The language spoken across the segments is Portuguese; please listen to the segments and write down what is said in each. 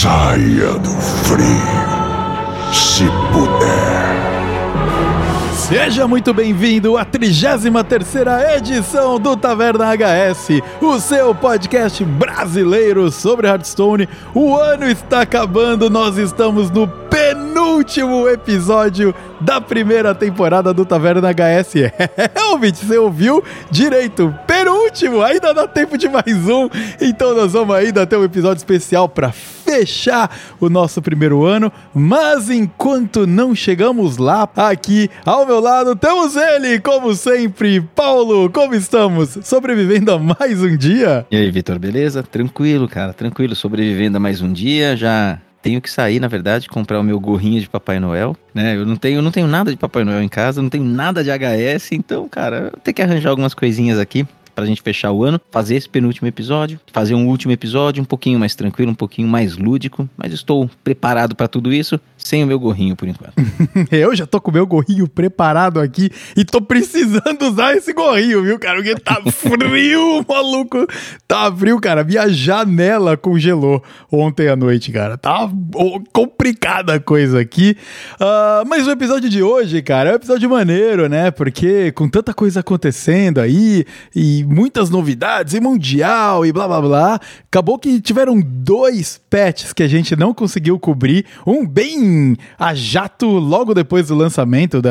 Saia do frio, se puder. Seja muito bem-vindo à 33ª edição do Taverna HS, o seu podcast brasileiro sobre Hearthstone. O ano está acabando, nós estamos no penúltimo episódio da primeira temporada do Taverna HS. Ouvinte, você ouviu direito, penúltimo, ainda dá tempo de mais um, então nós vamos ainda ter um episódio especial para fechar o nosso primeiro ano, mas enquanto não chegamos lá, aqui ao meu lado temos ele, como sempre, Paulo. Como estamos? Sobrevivendo a mais um dia? E aí, Vitor, beleza? Tranquilo, cara, tranquilo, sobrevivendo a mais um dia. Já tenho que sair, na verdade, comprar o meu gorrinho de Papai Noel, né? Eu não tenho nada de Papai Noel em casa, não tenho nada de HS, então, cara, eu tenho que arranjar algumas coisinhas aqui pra gente fechar o ano, fazer esse penúltimo episódio, fazer um último episódio um pouquinho mais tranquilo, um pouquinho mais lúdico, mas estou preparado pra tudo isso, sem o meu gorrinho por enquanto. Eu já tô com o meu gorrinho preparado aqui e tô precisando usar esse gorrinho, viu, cara? Porque tá frio, maluco. Tá frio, cara. Minha janela congelou ontem à noite, cara. Tá complicada a coisa aqui. Mas o episódio de hoje, cara, é um episódio maneiro, né? Porque com tanta coisa acontecendo aí e muitas novidades, e mundial, e blá blá blá, acabou que tiveram 2 patches que a gente não conseguiu cobrir, um bem a jato logo depois do lançamento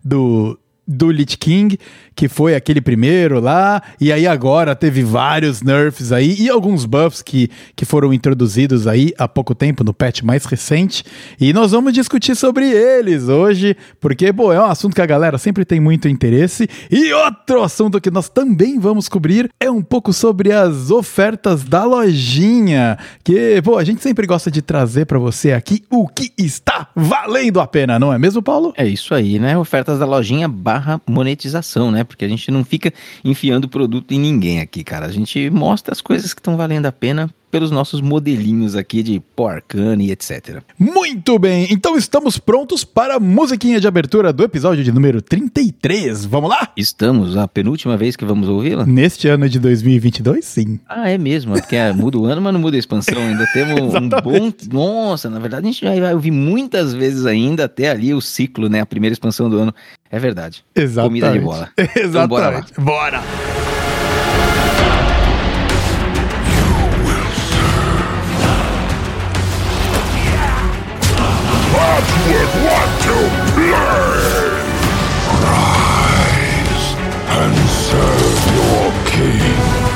do Lich King, que foi aquele primeiro lá, e aí agora teve vários nerfs aí e alguns buffs que foram introduzidos aí há pouco tempo no patch mais recente, e nós vamos discutir sobre eles hoje, porque, pô, é um assunto que a galera sempre tem muito interesse. E outro assunto que nós também vamos cobrir é um pouco sobre as ofertas da lojinha, que, pô, a gente sempre gosta de trazer pra você aqui o que está valendo a pena, não é mesmo, Paulo? É isso aí, né? Ofertas da lojinha / monetização, né? Porque a gente não fica enfiando produto em ninguém aqui, cara. A gente mostra as coisas que estão valendo a pena pelos nossos modelinhos aqui de pó arcano e etc. Muito bem, então estamos prontos para a musiquinha de abertura do episódio de número 33. Vamos lá? Estamos, a penúltima vez que vamos ouvi-la? Neste ano de 2022, sim. Ah, é mesmo, é porque muda o ano, mas não muda a expansão. Ainda temos um bom... Nossa, na verdade a gente já vai ouvir muitas vezes ainda, até ali o ciclo, né? A primeira expansão do ano. É verdade. Exatamente. Comida de bola. Exatamente. Então, bora lá. Bora! Would want to play. Rise and serve your king.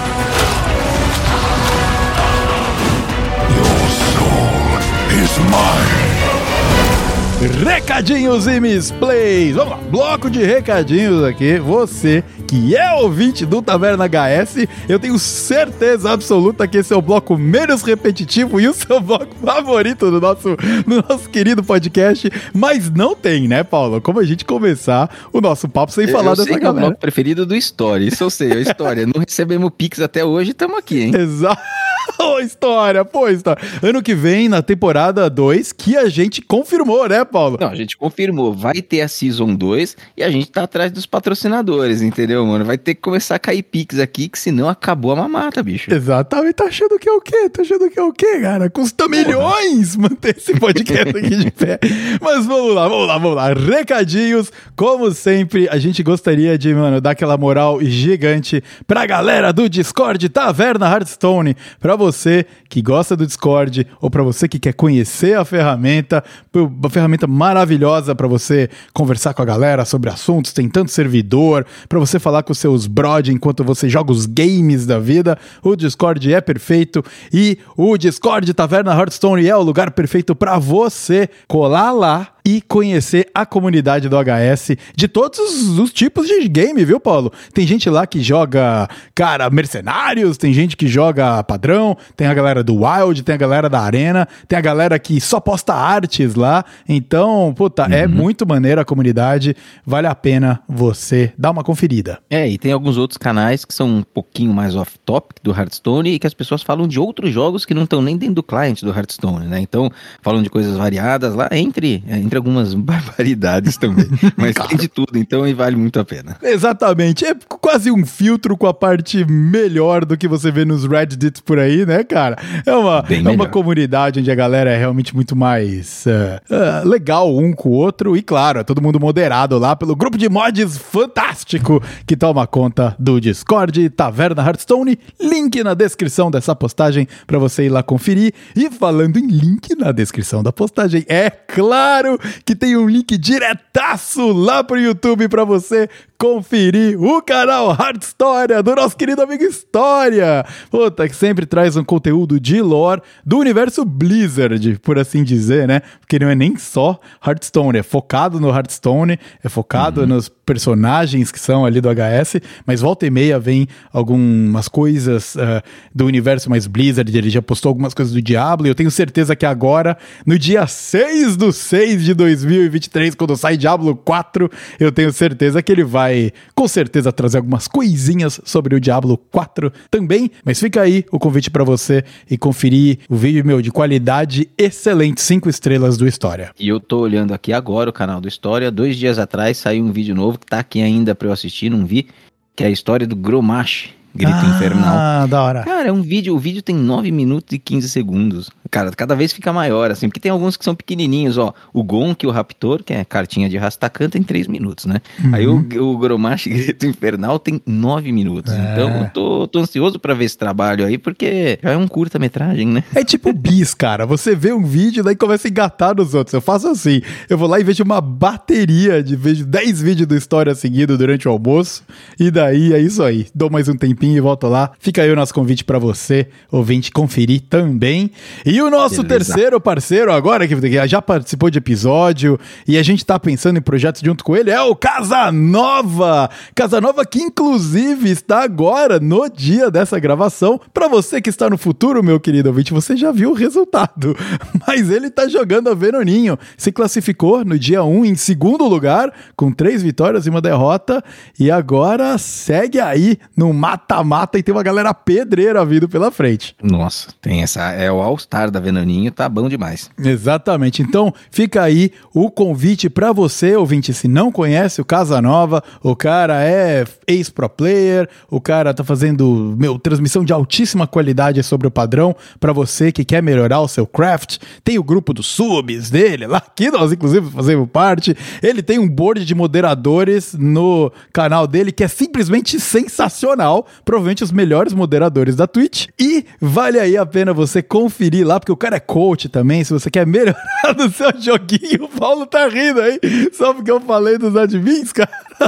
Your soul is mine. Recadinhos e misplays. Vamos lá, bloco de recadinhos aqui. Você que é ouvinte do Taverna HS, eu tenho certeza absoluta que esse é o bloco menos repetitivo e o seu bloco favorito do nosso querido podcast. Mas não tem, né, Paulo? Como a gente começar o nosso papo sem falar dessa galera. É o bloco preferido do Story, isso eu sei, é a história. Não recebemos Pix até hoje, estamos aqui, hein? Exato. História. Ano que vem, na temporada 2, que a gente confirmou, né, Paulo? Não, a gente confirmou. Vai ter a Season 2 e a gente tá atrás dos patrocinadores, entendeu, mano? Vai ter que começar a cair Pix aqui, que senão acabou a mamata, bicho. Exatamente. Tá achando que é o quê? Cara? Custa milhões manter esse podcast aqui de pé. Mas vamos lá. Recadinhos. Como sempre, a gente gostaria de, mano, dar aquela moral gigante pra galera do Discord Taverna Hearthstone, pra você que gosta do Discord ou para você que quer conhecer a ferramenta, uma ferramenta maravilhosa para você conversar com a galera sobre assuntos, tem tanto servidor, para você falar com seus brod enquanto você joga os games da vida. O Discord é perfeito e o Discord Taverna Hearthstone é o lugar perfeito para você colar lá e conhecer a comunidade do HS de todos os tipos de game, viu, Paulo? Tem gente lá que joga, cara, mercenários, tem gente que joga padrão, tem a galera do Wild, tem a galera da Arena, tem a galera que só posta artes lá. Então, puta, é muito maneiro a comunidade, vale a pena você dar uma conferida. É, e tem alguns outros canais que são um pouquinho mais off-topic do Hearthstone e que as pessoas falam de outros jogos que não estão nem dentro do client do Hearthstone, né? Então, falam de coisas variadas lá, entre sempre algumas barbaridades também. Mas tem de tudo, então e vale muito a pena. Exatamente. É quase um filtro com a parte melhor do que você vê nos Reddit por aí, né, cara? É uma comunidade onde a galera é realmente muito mais legal um com o outro. E claro, é todo mundo moderado lá pelo grupo de mods fantástico que toma conta do Discord Taverna Hearthstone. Link na descrição dessa postagem para você ir lá conferir. E falando em link na descrição da postagem, é claro que tem um link diretaço lá pro YouTube para você conferir o canal Hard História do nosso querido amigo História. Puta, que sempre traz um conteúdo de lore do universo Blizzard, por assim dizer, né? Porque não é nem só Hearthstone, é focado no Hearthstone, é focado nos personagens que são ali do HS, mas volta e meia vem algumas coisas do universo mais Blizzard. Ele já postou algumas coisas do Diablo, e eu tenho certeza que agora, no dia 6/6/2023, quando sai Diablo 4, eu tenho certeza que ele vai com certeza trazer algumas coisinhas sobre o Diablo 4 também, mas fica aí o convite pra você e conferir o vídeo, de qualidade excelente, 5 estrelas do História. E eu tô olhando aqui agora o canal do História, 2 dias atrás saiu um vídeo novo que tá aqui ainda pra eu assistir, não vi, que é a história do Grommash, Grito Infernal. Ah, da hora. Cara, o vídeo tem 9 minutos e 15 segundos. Cara, cada vez fica maior, assim, porque tem alguns que são pequenininhos, ó. O Gonk, o Raptor, que é cartinha de Rastakhan, tem 3 minutos, né? Aí o Grommash, Grito Infernal, tem 9 minutos. Então, eu tô ansioso pra ver esse trabalho aí, porque já é um curta-metragem, né? É tipo bis, cara. Você vê um vídeo e daí começa a engatar nos outros. Eu faço assim. Eu vou lá e vejo uma bateria vejo 10 vídeos do História seguido durante o almoço. E daí é isso aí. Dou mais um tempinho e volto lá. Fica aí o nosso convite pra você, ouvinte, conferir também. E o nosso terceiro parceiro agora, que já participou de episódio e a gente tá pensando em projetos junto com ele, é o Casanova. Casanova que inclusive está agora, no dia dessa gravação. Pra você que está no futuro, meu querido ouvinte, você já viu o resultado. Mas ele tá jogando a Venoninho. Se classificou no dia 1 em segundo lugar, com 3 vitórias e 1 derrota. E agora segue aí no mata-mata e tem uma galera pedreira vindo pela frente. Nossa, tem essa... É o All-Star da Venoninho, tá bom demais. Exatamente. Então, fica aí o convite pra você, ouvinte, se não conhece o Casanova, o cara é ex-pro player, o cara tá fazendo, transmissão de altíssima qualidade sobre o padrão pra você que quer melhorar o seu craft. Tem o grupo dos subs dele, lá que nós inclusive fazemos parte. Ele tem um board de moderadores no canal dele que é simplesmente sensacional, provavelmente os melhores moderadores da Twitch, e vale aí a pena você conferir lá, porque o cara é coach também, se você quer melhorar no seu joguinho. O Paulo tá rindo aí, só porque eu falei dos admins, cara.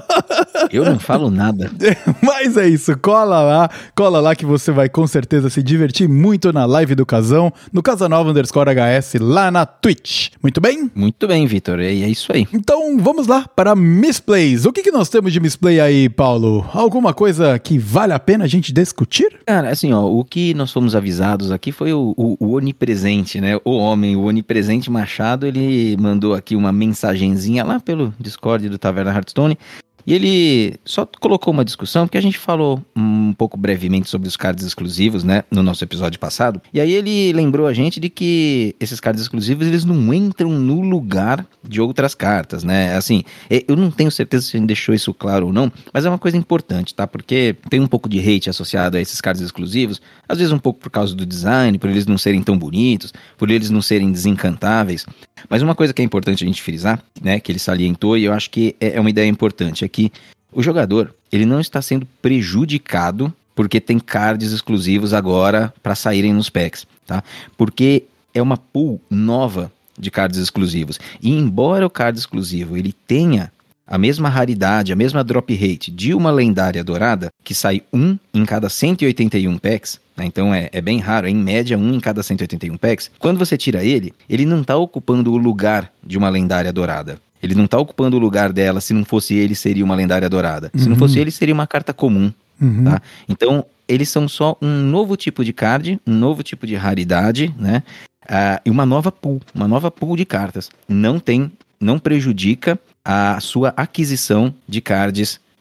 Eu não falo nada. Mas é isso, cola lá que você vai com certeza se divertir muito na live do Casão, no Casanova_HS lá na Twitch. Muito bem? Muito bem, Vitor, é isso aí. Então vamos lá para Misplays. O que nós temos de misplay aí, Paulo? Alguma coisa que vale a pena a gente discutir? Cara, assim, ó, o que nós fomos avisados aqui foi o onipresente, né? O onipresente Machado, ele mandou aqui uma mensagenzinha lá pelo Discord do Taverna Hearthstone. E ele só colocou uma discussão, porque a gente falou um pouco brevemente sobre os cards exclusivos, né, no nosso episódio passado. E aí ele lembrou a gente de que esses cards exclusivos, eles não entram no lugar de outras cartas, né? Assim, eu não tenho certeza se a gente deixou isso claro ou não, mas é uma coisa importante, tá? Porque tem um pouco de hate associado a esses cards exclusivos, às vezes um pouco por causa do design, por eles não serem tão bonitos, por eles não serem desencantáveis. Mas uma coisa que é importante a gente frisar, né, que ele salientou, e eu acho que é uma ideia importante, é que o jogador, ele não está sendo prejudicado porque tem cards exclusivos agora para saírem nos packs, tá? Porque é uma pool nova de cards exclusivos. E embora o card exclusivo ele tenha a mesma raridade, a mesma drop rate de uma lendária dourada, que sai 1 em cada 181 packs, né? Então é bem raro, é em média 1 em cada 181 packs. Quando você tira ele não está ocupando o lugar de uma lendária dourada. Ele não está ocupando o lugar dela. Se não fosse ele, seria uma lendária dourada. Se não fosse ele, seria uma carta comum. Tá? Então, eles são só um novo tipo de card, um novo tipo de raridade, né? E uma nova pool de cartas. Não prejudica a sua aquisição de cards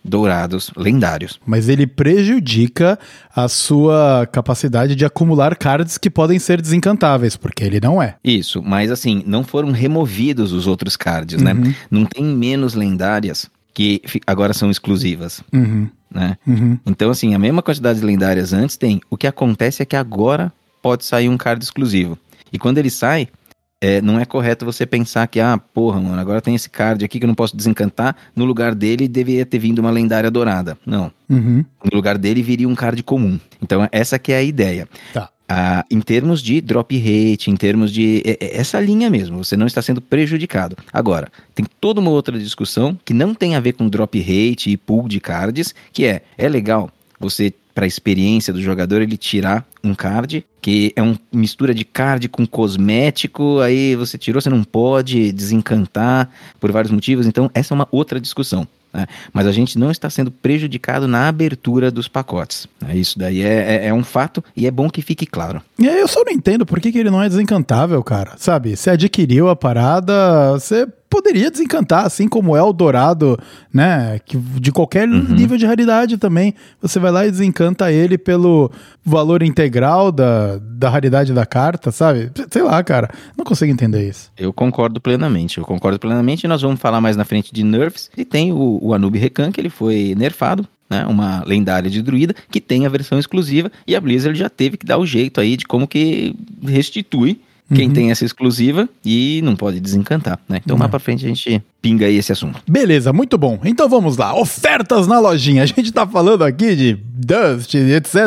dourados lendários. Mas ele prejudica a sua capacidade de acumular cards que podem ser desencantáveis, porque ele não é. Isso, mas assim, não foram removidos os outros cards, né? Não tem menos lendárias que agora são exclusivas, né? Então, assim, a mesma quantidade de lendárias antes tem. O que acontece é que agora pode sair um card exclusivo. E quando ele sai, não é correto você pensar que, porra, mano, agora tem esse card aqui que eu não posso desencantar, no lugar dele deveria ter vindo uma lendária dourada. Não. No lugar dele viria um card comum. Então, essa que é a ideia. Tá. Em termos de drop rate, em termos de... essa linha mesmo, você não está sendo prejudicado. Agora, tem toda uma outra discussão que não tem a ver com drop rate e pool de cards, que é legal você, para a experiência do jogador, ele tirar um card, que é uma mistura de card com cosmético, aí você tirou, você não pode desencantar por vários motivos, então essa é uma outra discussão. Mas a gente não está sendo prejudicado na abertura dos pacotes. Isso daí é um fato e é bom que fique claro. Eu só não entendo por que ele não é desencantável, cara. Sabe, você adquiriu a parada, você poderia desencantar, assim como é o dourado, né? Que de qualquer nível de raridade também. Você vai lá e desencanta ele pelo valor integral da raridade da carta, sabe? Sei lá, cara. Não consigo entender isso. Eu concordo plenamente. E nós vamos falar mais na frente de nerfs. E tem o Anub Rekan, que ele foi nerfado, né? Uma lendária de druida, que tem a versão exclusiva. E a Blizzard já teve que dar o jeito aí de como que restitui quem tem essa exclusiva e não pode desencantar, né? Então, mais pra frente a gente pinga aí esse assunto. Beleza, muito bom. Então vamos lá. Ofertas na lojinha. A gente tá falando aqui de Dust, etc.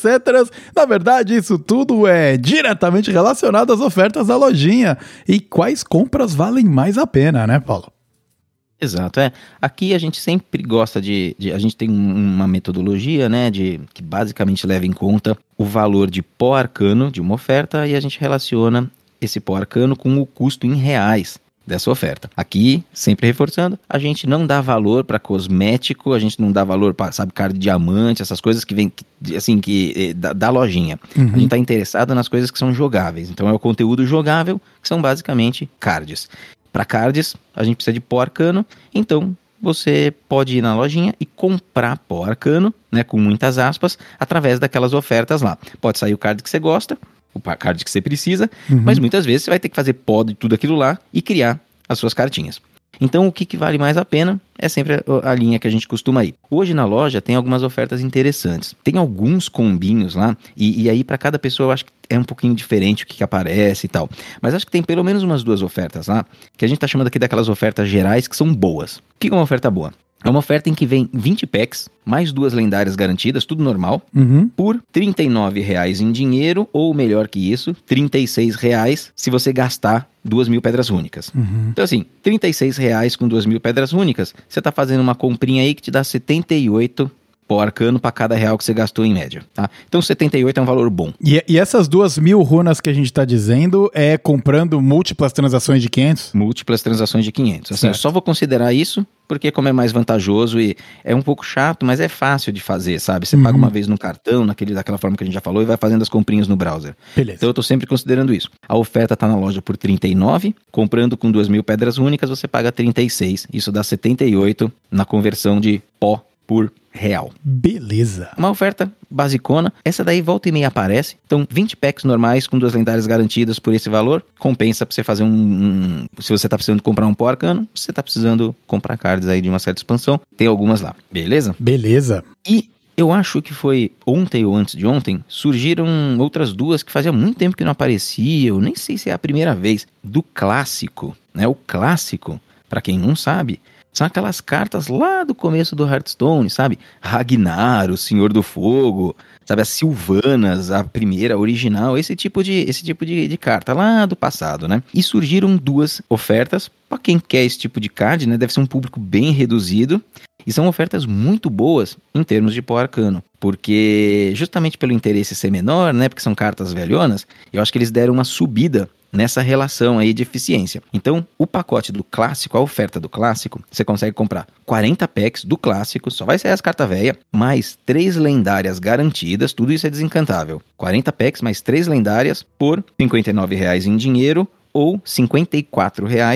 Na verdade, isso tudo é diretamente relacionado às ofertas da lojinha. E quais compras valem mais a pena, né, Paulo? Exato, Aqui a gente sempre gosta a gente tem uma metodologia, né, que basicamente leva em conta o valor de pó arcano de uma oferta e a gente relaciona esse pó arcano com o custo em reais dessa oferta. Aqui, sempre reforçando, a gente não dá valor para cosmético, a gente não dá valor para, sabe, card de diamante, essas coisas que vem, assim, da lojinha. A gente está interessado nas coisas que são jogáveis. Então é o conteúdo jogável, que são basicamente cards. Para cards, a gente precisa de pó arcano, então você pode ir na lojinha e comprar pó arcano, né, com muitas aspas, através daquelas ofertas lá. Pode sair o card que você gosta, o card que você precisa, mas muitas vezes você vai ter que fazer pó de tudo aquilo lá e criar as suas cartinhas. Então, o que vale mais a pena é sempre a linha que a gente costuma ir. Hoje na loja tem algumas ofertas interessantes. Tem alguns combinhos lá, e aí para cada pessoa eu acho que é um pouquinho diferente o que aparece e tal. Mas acho que tem pelo menos umas 2 ofertas lá, que a gente tá chamando aqui daquelas ofertas gerais que são boas. O que é uma oferta boa? É uma oferta em que vem 20 packs, mais 2 lendárias garantidas, tudo normal, por R$ 39,00 em dinheiro, ou melhor que isso, R$ 36,00 se você gastar 2.000 pedras rúnicas. Então assim, R$ 36,00 com 2.000 pedras rúnicas, você tá fazendo uma comprinha aí que te dá 78 pó arcano para cada real que você gastou em média, tá? Então 78 é um valor bom. E essas 2.000 runas que a gente tá dizendo é comprando múltiplas transações de 500? Múltiplas transações de 500. Assim, eu só vou considerar isso porque como é mais vantajoso e é um pouco chato, mas é fácil de fazer, sabe? Você paga uma vez no cartão, daquela forma que a gente já falou, e vai fazendo as comprinhas no browser. Beleza. Então eu tô sempre considerando isso. A oferta tá na loja por 39, comprando com 2.000 pedras únicas, você paga 36. Isso dá 78 na conversão de pó por real. Beleza. Uma oferta basicona, essa daí volta e meia aparece, então 20 packs normais com 2 lendárias garantidas por esse valor, compensa pra você fazer se você tá precisando comprar um pó arcano, você tá precisando comprar cards aí de uma certa expansão, tem algumas lá, beleza? Beleza. E eu acho que foi ontem ou antes de ontem, surgiram outras 2 que fazia muito tempo que não apareciam, nem sei se é a primeira vez, do clássico, né? O clássico, pra quem não sabe, são aquelas cartas lá do começo do Hearthstone, sabe? Ragnar, o Senhor do Fogo, sabe? As Sylvanas, a primeira, original, esse tipo de carta lá do passado, né? E surgiram 2 ofertas para quem quer esse tipo de card, né? Deve ser um público bem reduzido. E são ofertas muito boas em termos de pó arcano, porque justamente pelo interesse ser menor, né? Porque são cartas velhonas, eu acho que eles deram uma subida nessa relação aí de eficiência. Então, o pacote do clássico, a oferta do clássico, você consegue comprar 40 packs do clássico, só vai sair as cartas velhas, mais 3 lendárias garantidas, tudo isso é desencantável. 40 packs mais 3 lendárias por R$ 59,00 em dinheiro ou R$ 54,00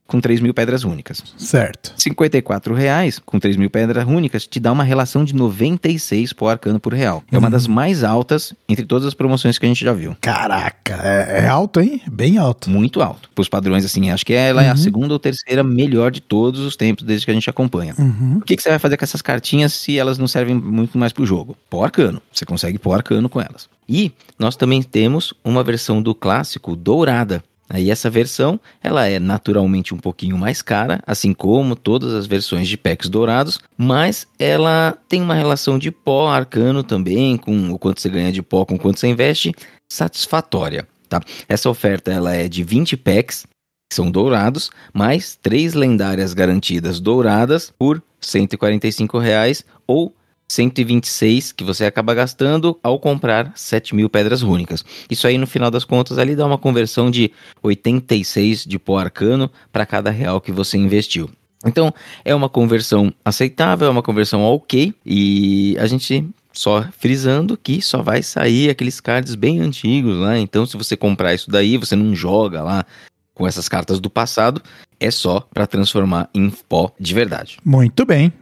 com 3.000 pedras únicas. Certo. R$54 com 3.000 pedras únicas te dá uma relação de 96 pó arcano por real. É uma das mais altas entre todas as promoções que a gente já viu. Caraca, é alto, hein? Bem alto. Muito alto. Para os padrões, assim, acho que ela é a segunda ou terceira melhor de todos os tempos desde que a gente acompanha. O que você vai fazer com essas cartinhas se elas não servem muito mais pro jogo? Pó arcano. Você consegue pó arcano com elas. E nós também temos uma versão do clássico dourada. Aí essa versão, ela é naturalmente um pouquinho mais cara, assim como todas as versões de packs dourados, mas ela tem uma relação de pó arcano também, com o quanto você ganha de pó com o quanto você investe, satisfatória, tá? Essa oferta, ela é de 20 packs, que são dourados, mais 3 lendárias garantidas douradas por R$145 ou 126 que você acaba gastando ao comprar 7.000 pedras rúnicas. Isso aí, no final das contas, ali dá uma conversão de 86 de pó arcano para cada real que você investiu. Então, é uma conversão aceitável, é uma conversão ok, e a gente só frisando que só vai sair aqueles cards bem antigos lá. Então, se você comprar isso daí, você não joga lá com essas cartas do passado, é só para transformar em pó de verdade. Muito bem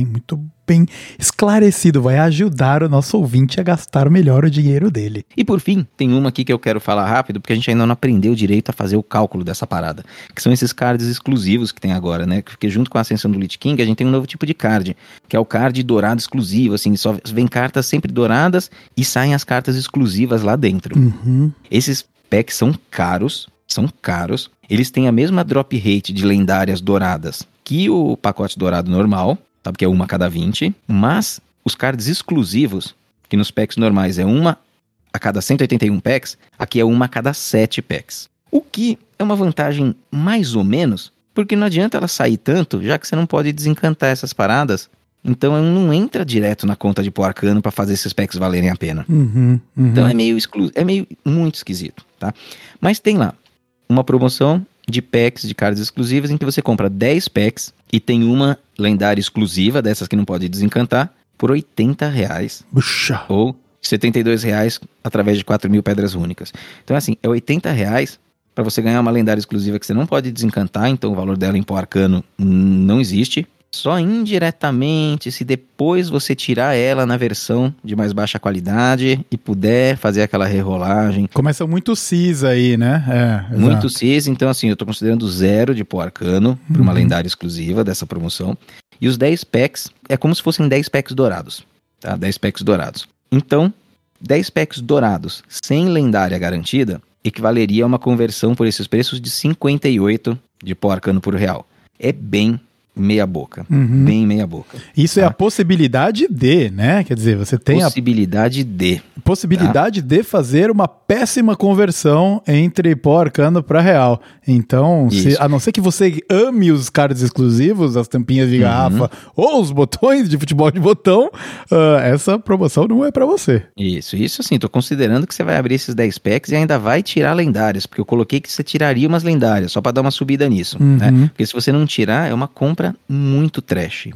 esclarecido. Vai ajudar o nosso ouvinte a gastar melhor o dinheiro dele. E por fim, tem uma aqui que eu quero falar rápido, porque a gente ainda não aprendeu direito a fazer o cálculo dessa parada, que são esses cards exclusivos que tem agora, né? Porque junto com a ascensão do Lich King, a gente tem um novo tipo de card, que é o card dourado exclusivo, assim, só vem cartas sempre douradas e saem as cartas exclusivas lá dentro. Esses packs são caros, eles têm a mesma drop rate de lendárias douradas que o pacote dourado normal, sabe, que é uma a cada 20, mas os cards exclusivos, que nos packs normais é uma a cada 181 packs, aqui é uma a cada 7 packs. O que é uma vantagem mais ou menos, porque não adianta ela sair tanto, já que você não pode desencantar essas paradas, então não entra direto na conta de pó arcano para fazer esses packs valerem a pena. Então é meio muito esquisito, tá? Mas tem lá uma promoção de packs de cards exclusivas em que você compra 10 packs e tem uma lendária exclusiva, dessas que não pode desencantar, por R$80. Puxa. Ou R$72 através de 4.000 pedras únicas. Então assim, é R$80 para você ganhar uma lendária exclusiva que você não pode desencantar, então o valor dela em pó arcano não existe. Só indiretamente, se depois você tirar ela na versão de mais baixa qualidade e puder fazer aquela rerolagem. Começa muito cis aí, né? Muito cis, então assim, eu tô considerando 0 de pó arcano para uma lendária exclusiva dessa promoção. E os 10 packs, é como se fossem 10 packs dourados, tá? 10 packs dourados. Então, 10 packs dourados sem lendária garantida equivaleria a uma conversão por esses preços de 58 de pó arcano por real. É bem meia boca, bem meia boca. Isso, tá? É a possibilidade de, né? Quer dizer, você tem possibilidade de fazer uma péssima conversão entre pó arcano para real. Então, a não ser que você ame os cards exclusivos, as tampinhas de garrafa ou os botões de futebol de botão, essa promoção não é para você. Isso assim, tô considerando que você vai abrir esses 10 packs e ainda vai tirar lendárias, porque eu coloquei que você tiraria umas lendárias, só para dar uma subida nisso, né? Porque se você não tirar, é uma compra muito trash,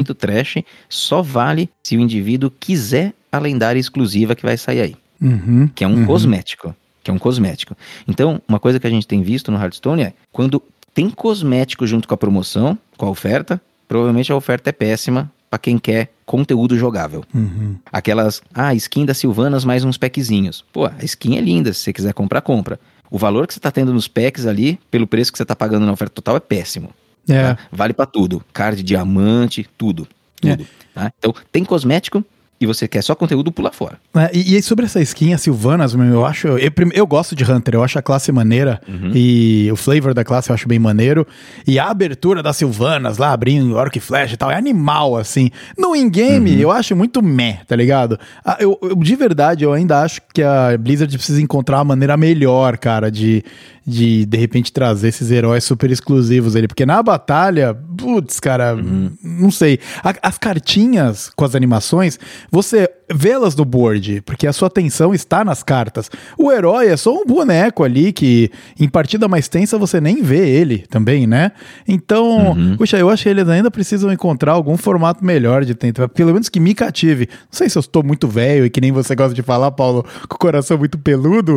só vale se o indivíduo quiser a lendária exclusiva que vai sair aí, que é um cosmético. Então, uma coisa que a gente tem visto no Hearthstone é, quando tem cosmético junto com a promoção, com a oferta, provavelmente a oferta é péssima para quem quer conteúdo jogável. Aquelas, skin das Sylvanas mais uns packzinhos. Pô, a skin é linda, se você quiser comprar, compra. O valor que você tá tendo nos packs ali, pelo preço que você tá pagando na oferta total, é péssimo. Tá? Vale pra tudo. Card, diamante, tudo. Tá? Então, tem cosmético e você quer só conteúdo, pula fora. E sobre essa skin, a Sylvanas, eu gosto de Hunter, eu acho a classe maneira, e o flavor da classe eu acho bem maneiro, e a abertura das Sylvanas lá, abrindo Arc Flash e tal, é animal, assim. No in-game, eu acho muito meh, tá ligado? Eu, de verdade, eu ainda acho que a Blizzard precisa encontrar uma maneira melhor, cara, de repente trazer esses heróis super exclusivos ali, porque na batalha, putz, cara, não sei, as cartinhas com as animações, você vê-las no board, porque a sua atenção está nas cartas. O herói é só um boneco ali que em partida mais tensa você nem vê ele também, né? Então, puxa, eu acho que eles ainda precisam encontrar algum formato melhor de tentar, pelo menos que me cative. Não sei se eu estou muito velho e que nem você gosta de falar, Paulo, com o coração muito peludo,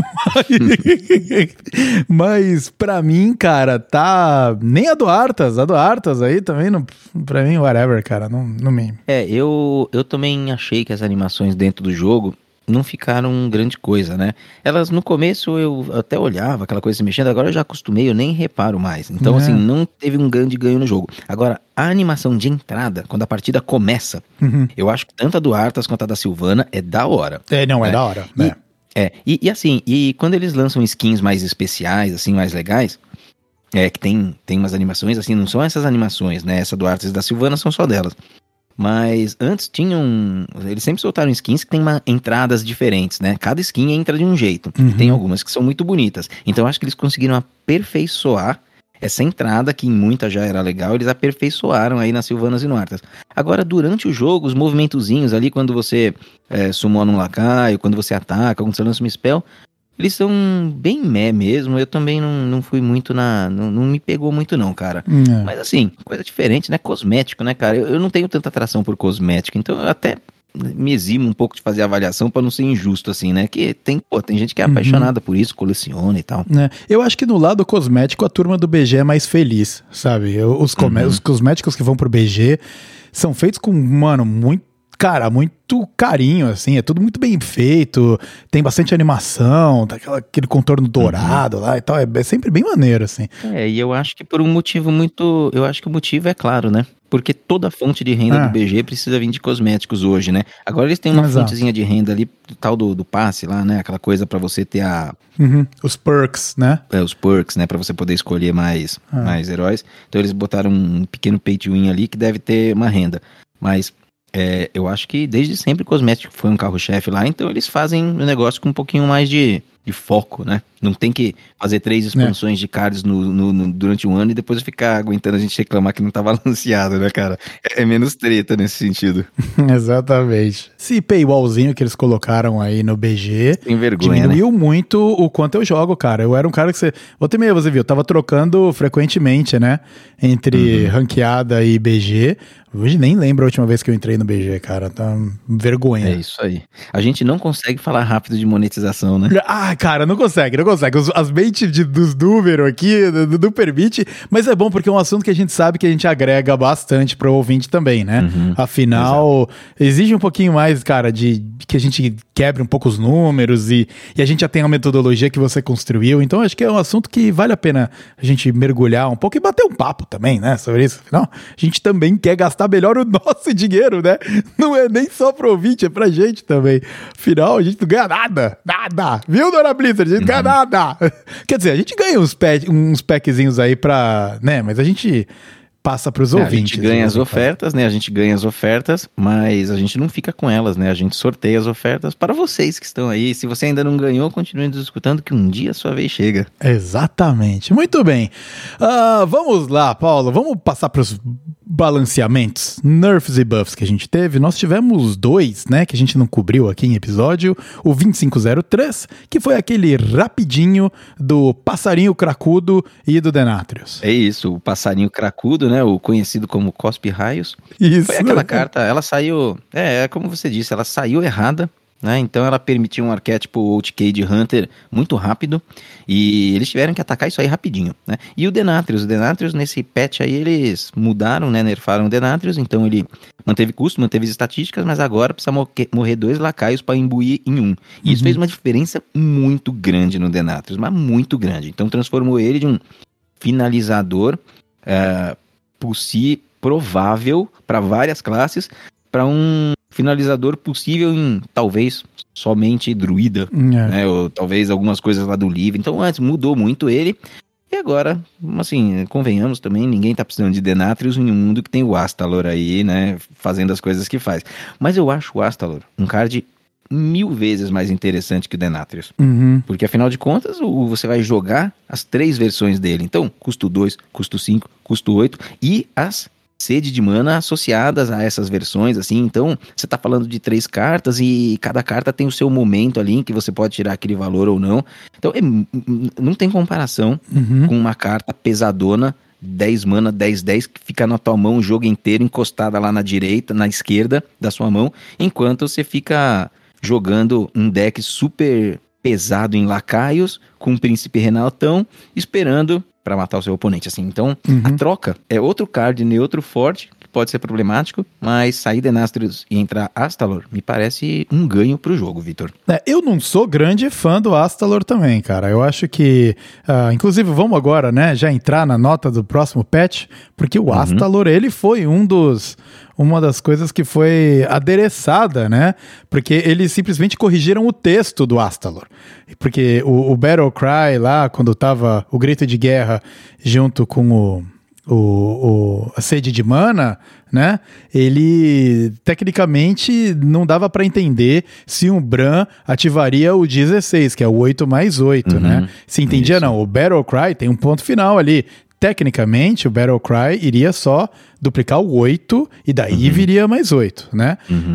mas pra mim, cara, tá... Nem a do Arthas aí também, não... pra mim, whatever, cara, não me... Eu também achei que as animações dentro do jogo não ficaram grande coisa, né? Elas, no começo, eu até olhava aquela coisa se mexendo, agora eu já acostumei, eu nem reparo mais. Então, assim, não teve um grande ganho no jogo. Agora, a animação de entrada, quando a partida começa, eu acho que tanto a do Arthas quanto a da Sylvana é da hora. É da hora, né? E quando eles lançam skins mais especiais, assim, mais legais, que tem umas animações, assim, não são essas animações, né? Essa do Arthas e da Sylvana são só delas. Mas antes eles sempre soltaram skins que tem entradas diferentes, né? Cada skin entra de um jeito. E tem algumas que são muito bonitas. Então acho que eles conseguiram aperfeiçoar essa entrada, que em muita já era legal, eles aperfeiçoaram aí nas Sylvanas e no Arthas. Agora, durante o jogo, os movimentozinhos ali, quando você summona um lacaio, quando você ataca, quando você lança um spell, eles são bem mesmo. Eu também não fui muito não me pegou muito não, cara. Mas assim, coisa diferente, né? Cosmético, né, cara? Eu não tenho tanta atração por cosmético, então eu até me eximo um pouco de fazer avaliação pra não ser injusto, assim, né? Que tem gente que é apaixonada por isso, coleciona e tal. Eu acho que no lado cosmético a turma do BG é mais feliz, sabe? Os cosméticos que vão pro BG são feitos com, mano, muito carinho, assim, é tudo muito bem feito, tem bastante animação, aquele contorno dourado lá e tal, é sempre bem maneiro, assim. E eu acho que por um motivo eu acho que o motivo é claro, né? Porque toda fonte de renda do BG precisa vir de cosméticos hoje, né? Agora eles têm uma fontezinha de renda ali, tal do passe lá, né? Aquela coisa pra você ter os perks, né? Os perks, né? Pra você poder escolher mais heróis. Então eles botaram um pequeno pay to win ali que deve ter uma renda. Mas eu acho que desde sempre o cosmético foi um carro-chefe lá, então eles fazem o negócio com um pouquinho mais de foco, né? Não tem que fazer 3 expansões de cards durante um ano e depois ficar aguentando a gente reclamar que não tá balanceado, né, cara? É menos treta nesse sentido. Exatamente. Esse paywallzinho que eles colocaram aí no BG tem vergonha, diminuiu muito o quanto eu jogo, cara. Eu era um cara que volta e meia, você viu, eu tava trocando frequentemente, né? Entre ranqueada e BG. Hoje nem lembro a última vez que eu entrei no BG, cara. Tá vergonha. É isso aí. A gente não consegue falar rápido de monetização, né? Cara, não consegue. As mentes dos números aqui não permite, mas é bom porque é um assunto que a gente sabe que a gente agrega bastante pro ouvinte também, né? Afinal, exige um pouquinho mais, cara, de que a gente quebre um pouco os números e a gente já tem a metodologia que você construiu, então acho que é um assunto que vale a pena a gente mergulhar um pouco e bater um papo também, né, sobre isso. Afinal, a gente também quer gastar melhor o nosso dinheiro, né? Não é nem só pro ouvinte, é pra gente também. Afinal, a gente não ganha nada, viu, dona Blizzard? A gente não ganha nada. Quer dizer, a gente ganha uns packzinhos aí pra, né, mas a gente passa pros ouvintes. A gente ganha as ofertas, né? A gente ganha as ofertas, mas a gente não fica com elas, né? A gente sorteia as ofertas para vocês que estão aí. Se você ainda não ganhou, continue nos escutando que um dia a sua vez chega. Exatamente. Muito bem. Vamos lá, Paulo. Vamos passar pros balanceamentos, nerfs e buffs que a gente teve. Nós tivemos 2, né, que a gente não cobriu aqui em episódio. O 2503, que foi aquele rapidinho do passarinho cracudo e do Denatrius. É isso, o passarinho cracudo, né, o conhecido como Cospe Raios. Isso. Foi aquela carta, ela saiu, como você disse, ela saiu errada, né? Então ela permitia um arquétipo Outcade Hunter muito rápido e eles tiveram que atacar isso aí rapidinho, né? E o Denatrius nesse patch aí eles mudaram, né? Nerfaram o Denatrius, então ele manteve custo, manteve as estatísticas, mas agora precisa morrer 2 lacaios para imbuir em 1. E isso fez uma diferença muito grande no Denatrius, mas muito grande. Então transformou ele de um finalizador provável para várias classes para um finalizador possível em, talvez, somente druida, né? Ou talvez algumas coisas lá do livro. Então, antes mudou muito ele. E agora, assim, convenhamos também, ninguém tá precisando de Denatrius em um mundo que tem o Astalor aí, né? Fazendo as coisas que faz. Mas eu acho o Astalor um card 1000 vezes mais interessante que o Denatrius. Porque, afinal de contas, você vai jogar as 3 versões dele. Então, custo 2, custo 5, custo 8 e as sede de mana associadas a essas versões, assim. Então, você tá falando de 3 cartas e cada carta tem o seu momento ali em que você pode tirar aquele valor ou não. Então, não tem comparação com uma carta pesadona, 10 mana, 10/10, que fica na tua mão o jogo inteiro, encostada lá na direita, na esquerda da sua mão, enquanto você fica jogando um deck super pesado em lacaios, com o Príncipe Renatão, esperando para matar o seu oponente, assim. Então, a troca é outro card neutro forte, que pode ser problemático, mas sair Denastrius e entrar Astalor me parece um ganho pro jogo, Vitor. Eu não sou grande fã do Astalor também, cara. Eu acho que, inclusive, vamos agora, né, já entrar na nota do próximo patch, porque o Astalor, ele foi uma das coisas que foi adereçada, né? Porque eles simplesmente corrigiram o texto do Astalor. Porque o Battle Cry lá, quando tava o grito de guerra junto com a sede de mana, né? Ele tecnicamente não dava para entender se um Bran ativaria o 16, que é o 8+8, né? Se entendia, isso. Não. O Battle Cry tem um ponto final ali. Tecnicamente, o Battle Cry iria só duplicar o 8 e daí viria mais 8, né?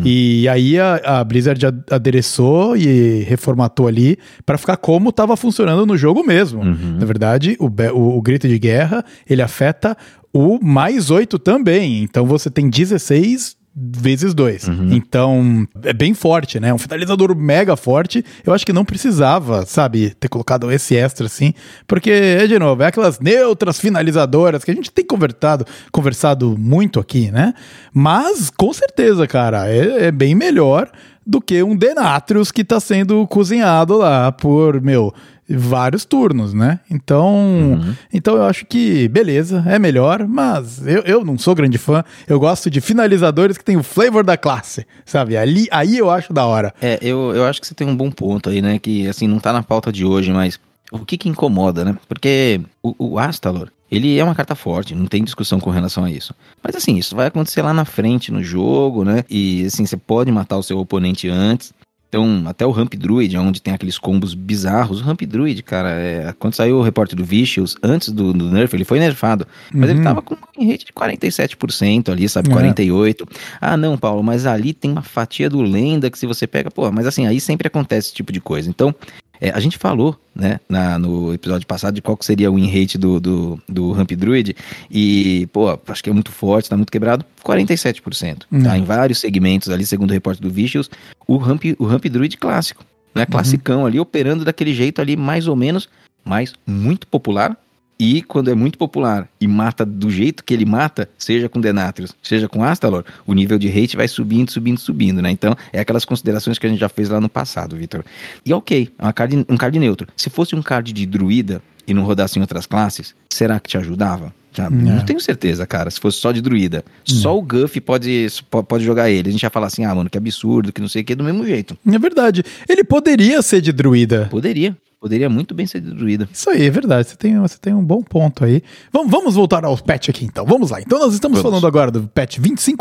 E aí a Blizzard adereçou e reformatou ali para ficar como estava funcionando no jogo mesmo. Na verdade, o grito de guerra, ele afeta o +8 também. Então você tem 16 vezes 2. Então, é bem forte, né? Um finalizador mega forte. Eu acho que não precisava, sabe, ter colocado esse extra assim, porque, de novo, é aquelas neutras finalizadoras que a gente tem conversado muito aqui, né? Mas, com certeza, cara, é bem melhor do que um Denatrius que tá sendo cozinhado lá por, vários turnos, né? Então eu acho que, beleza, é melhor, mas eu não sou grande fã. Eu gosto de finalizadores que tem o flavor da classe, sabe? Aí eu acho da hora. Eu acho que você tem um bom ponto aí, né? Que, assim, não tá na pauta de hoje, mas o que incomoda, né? Porque o Astalor, ele é uma carta forte, não tem discussão com relação a isso. Mas, assim, isso vai acontecer lá na frente no jogo, né? E, assim, você pode matar o seu oponente antes. Então, até o Ramp Druid, onde tem aqueles combos bizarros. O Ramp Druid, cara, quando saiu o repórter do Vicious, antes do nerf, ele foi nerfado. Mas ele tava com um rate de 47% ali, sabe? 48%. Ah, não, Paulo, mas ali tem uma fatia do Lenda que se você pega... Pô, mas assim, aí sempre acontece esse tipo de coisa. Então, a gente falou, né, no episódio passado de qual que seria o win rate do Ramp Druid. E, pô, acho que é muito forte, tá muito quebrado. 47%. Tá em vários segmentos ali, segundo o repórter do Vicious. O Ramp Druid clássico, né? Classicão ali, operando daquele jeito ali, mais ou menos, mas muito popular. E quando é muito popular e mata do jeito que ele mata, seja com Denatrius, seja com Astalor, o nível de rate vai subindo, né? Então, é aquelas considerações que a gente já fez lá no passado, Vitor. E ok, um card neutro. Se fosse um card de druida e não rodasse em outras classes, será que te ajudava? Não tenho certeza, cara. Se fosse só de druida, só o Guff pode jogar ele. A gente ia falar assim, mano, que absurdo, que não sei o que, do mesmo jeito. É verdade. Ele poderia ser de druida. Poderia muito bem ser de druida. Isso aí, é verdade. Você tem um bom ponto aí. Vamos voltar ao patch aqui, então. Vamos lá. Então, nós estamos falando agora do patch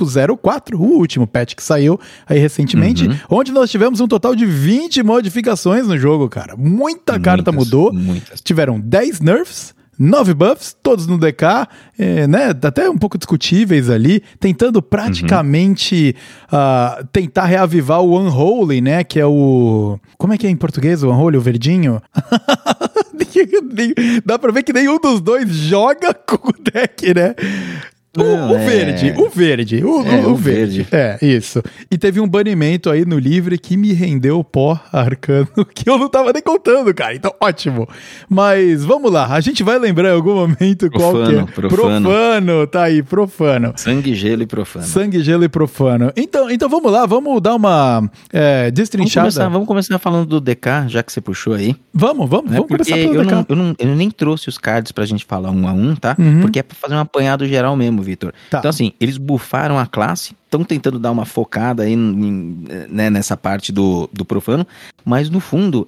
2504, o último patch que saiu aí recentemente, onde nós tivemos um total de 20 modificações no jogo, cara. Muita carta mudou. Muitas. Tiveram 10 nerfs, 9 buffs, todos no DK, né, até um pouco discutíveis ali, tentando praticamente tentar reavivar o Unholy, né, que é o... Como é que é em português o Unholy, o verdinho? Dá pra ver que nenhum dos dois joga com o deck, né? O verde. É, isso. E teve um banimento aí no livre que me rendeu pó arcano, que eu não tava nem contando, cara. Então, ótimo. Mas, vamos lá. A gente vai lembrar em algum momento qual que é. Profano. Tá aí, profano. Sangue, gelo e profano. Então vamos lá. Vamos dar uma destrinchada. Vamos começar falando do DK, já que você puxou aí. Vamos começar pelo DK. Eu nem trouxe os cards pra gente falar um a um, tá? Porque é pra fazer um apanhado geral mesmo, Vitor. Tá. Então, assim, eles bufaram a classe. estão tentando dar uma focada aí né, nessa parte do profano, mas no fundo,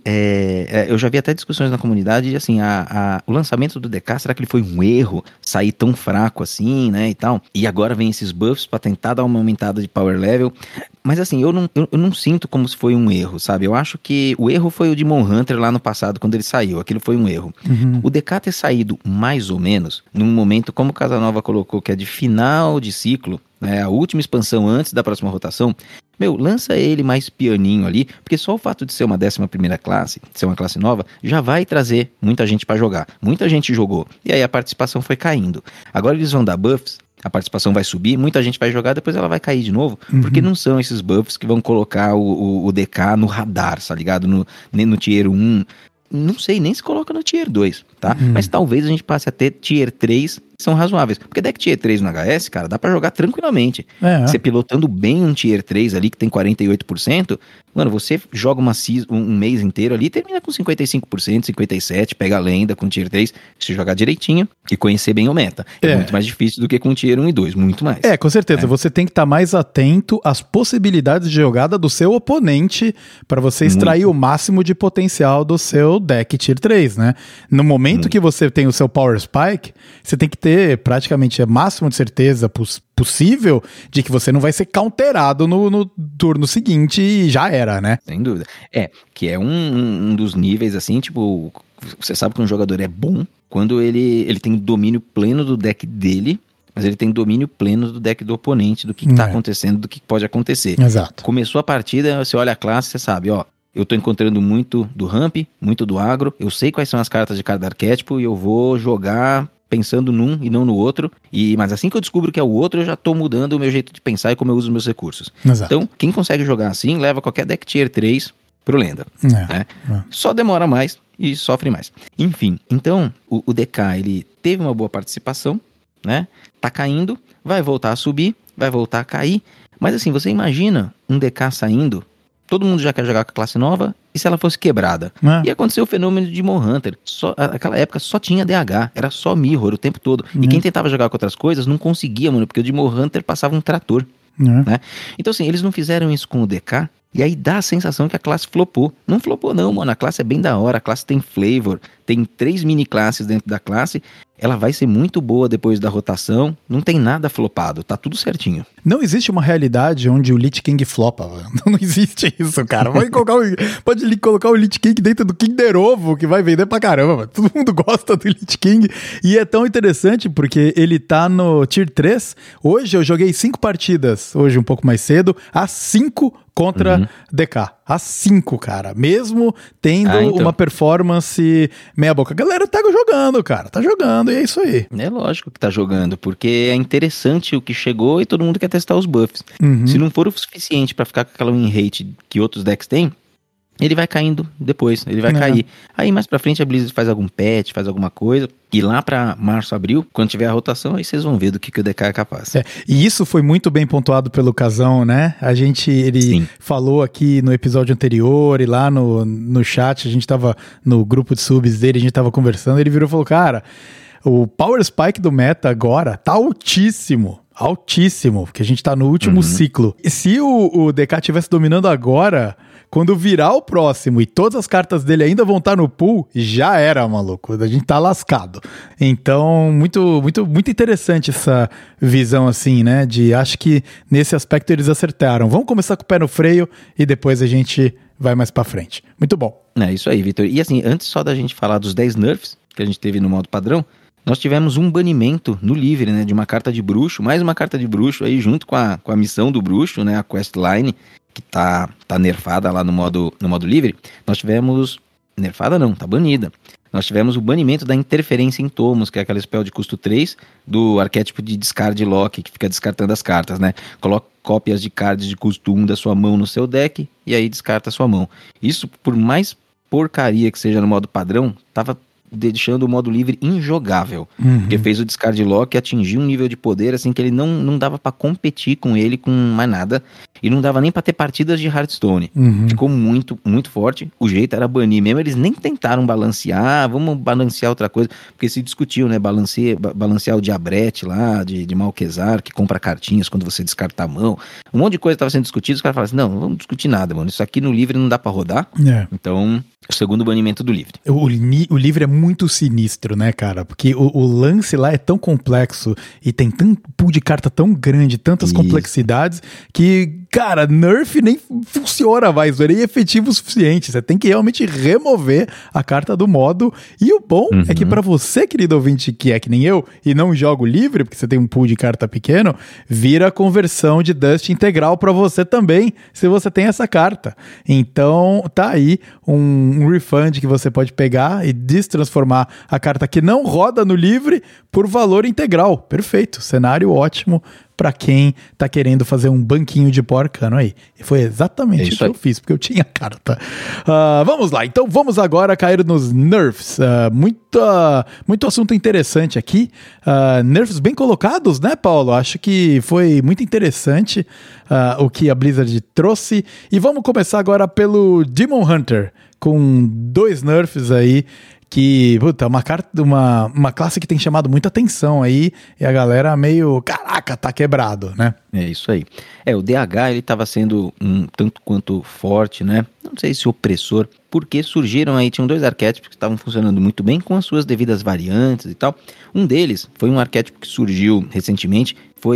eu já vi até discussões na comunidade, assim, o lançamento do DK, será que ele foi um erro sair tão fraco assim, né, e tal? E agora vem esses buffs pra tentar dar uma aumentada de power level. Mas assim, eu não sinto como se foi um erro, sabe? Eu acho que o erro foi o Demon Hunter lá no passado, quando ele saiu. Aquilo foi um erro. O DK ter saído mais ou menos, num momento, como o Casanova colocou, que é de final de ciclo, né, a última expansão antes da próxima rotação, lança ele mais pianinho ali, porque só o fato de ser uma 11ª classe, ser uma classe nova, já vai trazer muita gente pra jogar. Muita gente jogou. E aí a participação foi caindo. Agora eles vão dar buffs, a participação vai subir, muita gente vai jogar, depois ela vai cair de novo, porque não são esses buffs que vão colocar o DK no radar, tá ligado? No Tier 1, não sei nem se coloca no Tier 2, tá? Mas talvez a gente passe a ter Tier 3 que são razoáveis, porque deck Tier 3 no HS, cara, dá pra jogar tranquilamente. Você pilotando bem um Tier 3 ali, que tem 48%, mano, você joga um mês inteiro ali e termina com 55%, 57%, pega a lenda com Tier 3, se jogar direitinho e conhecer bem o meta. É muito mais difícil do que com Tier 1 e 2, muito mais. Com certeza, você tem que estar mais atento às possibilidades de jogada do seu oponente para você extrair o máximo de potencial do seu deck Tier 3, né? No momento que você tem o seu Power Spike, você tem que ter praticamente a máxima de certeza possível de que você não vai ser counterado no turno seguinte e já era, né? Sem dúvida. Que é um dos níveis, assim, tipo, você sabe que um jogador é bom quando ele tem domínio pleno do deck dele, mas ele tem domínio pleno do deck do oponente, do que tá acontecendo, do que pode acontecer. Exato. Começou a partida, você olha a classe, você sabe, ó, eu tô encontrando muito do ramp, muito do agro, eu sei quais são as cartas de cada arquétipo e eu vou jogar pensando num e não no outro, mas assim que eu descubro que é o outro, eu já tô mudando o meu jeito de pensar e como eu uso os meus recursos. Exato. Então, quem consegue jogar assim, leva qualquer deck Tier 3 pro lenda. Né? Só demora mais e sofre mais. Enfim, então, o DK, ele teve uma boa participação, né? Tá caindo, vai voltar a subir, vai voltar a cair, mas assim, você imagina um DK saindo, todo mundo já quer jogar com a classe nova, e se ela fosse quebrada? E aconteceu o fenômeno de Demon Hunter. Naquela época só tinha DH, era só Mirror o tempo todo. E quem tentava jogar com outras coisas não conseguia, mano, porque o Demon Hunter passava um trator. Né? Então assim, eles não fizeram isso com o DK, e aí dá a sensação que a classe flopou. Não flopou não, mano, a classe é bem da hora, a classe tem flavor, tem 3 mini classes dentro da classe, ela vai ser muito boa depois da rotação, não tem nada flopado, tá tudo certinho. Não existe uma realidade onde o Lich King flopa, não existe isso, cara. Pode colocar o Lich King dentro do Kinder Ovo, que vai vender pra caramba, mano. Todo mundo gosta do Lich King, e é tão interessante porque ele tá no Tier 3, hoje eu joguei 5 partidas, hoje um pouco mais cedo, a 5 contra DK. A 5, cara. Mesmo tendo uma performance meia boca. A galera tá jogando, cara. Tá jogando e é isso aí. É lógico que tá jogando, porque é interessante o que chegou e todo mundo quer testar os buffs. Se não for o suficiente pra ficar com aquela win rate que outros decks têm, ele vai caindo depois, ele vai cair. Aí mais pra frente a Blizzard faz algum patch, faz alguma coisa, e lá pra março, abril, quando tiver a rotação, aí vocês vão ver do que o DK é capaz. E isso foi muito bem pontuado pelo Casão, né? Ele falou aqui no episódio anterior e lá no chat, a gente tava no grupo de subs dele, a gente tava conversando, ele virou e falou, cara, o Power Spike do meta agora tá altíssimo, porque a gente tá no último ciclo. E se o DK tivesse dominando agora, quando virar o próximo e todas as cartas dele ainda vão estar no pool, já era, maluco. A gente tá lascado. Então, muito, muito, muito interessante essa visão assim, né? Acho que nesse aspecto eles acertaram. Vamos começar com o pé no freio e depois a gente vai mais pra frente. Muito bom. É isso aí, Vitor. E assim, antes só da gente falar dos 10 nerfs que a gente teve no modo padrão, nós tivemos um banimento no livre, né? De uma carta de bruxo, mais uma carta de bruxo aí junto com a missão do bruxo, né? A questline, que tá nerfada lá no modo livre. Nós tivemos... Nerfada não, tá banida. Nós tivemos o banimento da interferência em tomos, que é aquela spell de custo 3 do arquétipo de discard lock, que fica descartando as cartas, né? Coloca cópias de cards de custo 1 da sua mão no seu deck, e aí descarta a sua mão. Isso, por mais porcaria que seja no modo padrão, tava deixando o modo livre injogável. Porque fez o Discard Lock e atingiu um nível de poder assim que ele não dava pra competir com ele com mais nada. E não dava nem pra ter partidas de Hearthstone. Ficou muito, muito forte. O jeito era banir mesmo. Eles nem tentaram balancear, vamos balancear outra coisa. Porque se discutiu, né? Balancear o Diabrete lá, de Malquezar, que compra cartinhas quando você descarta a mão. Um monte de coisa estava sendo discutida. Os caras falaram assim, não vamos discutir nada, mano. Isso aqui no livre não dá pra rodar. Então, o segundo banimento do livre. O livre é muito sinistro, né, cara? Porque o lance lá é tão complexo e tem tanto pool de carta tão grande, tantas complexidades, que, cara, nerf nem funciona mais, não é nem efetivo o suficiente. Você tem que realmente remover a carta do modo. E o bom é que pra você, querido ouvinte, que é que nem eu, e não joga o livre, porque você tem um pool de carta pequeno, vira conversão de Dust integral pra você também, se você tem essa carta. Então, tá aí um refund que você pode pegar e destransformar a carta que não roda no livre por valor integral. Perfeito, cenário ótimo para quem tá querendo fazer um banquinho de pó arcano aí. E foi exatamente o que eu fiz, porque eu tinha carta. Vamos lá, então vamos agora cair nos nerfs. Muito assunto interessante aqui. Nerfs bem colocados, né, Paulo? Acho que foi muito interessante o que a Blizzard trouxe. E vamos começar agora pelo Demon Hunter, com 2 nerfs aí, que, puta, uma classe que tem chamado muita atenção aí, e a galera meio, caraca, tá quebrado, né? É isso aí. O DH, ele tava sendo um tanto quanto forte, né? Não sei se opressor, porque surgiram aí, tinham 2 arquétipos que estavam funcionando muito bem com as suas devidas variantes e tal. Um deles foi um arquétipo que surgiu recentemente,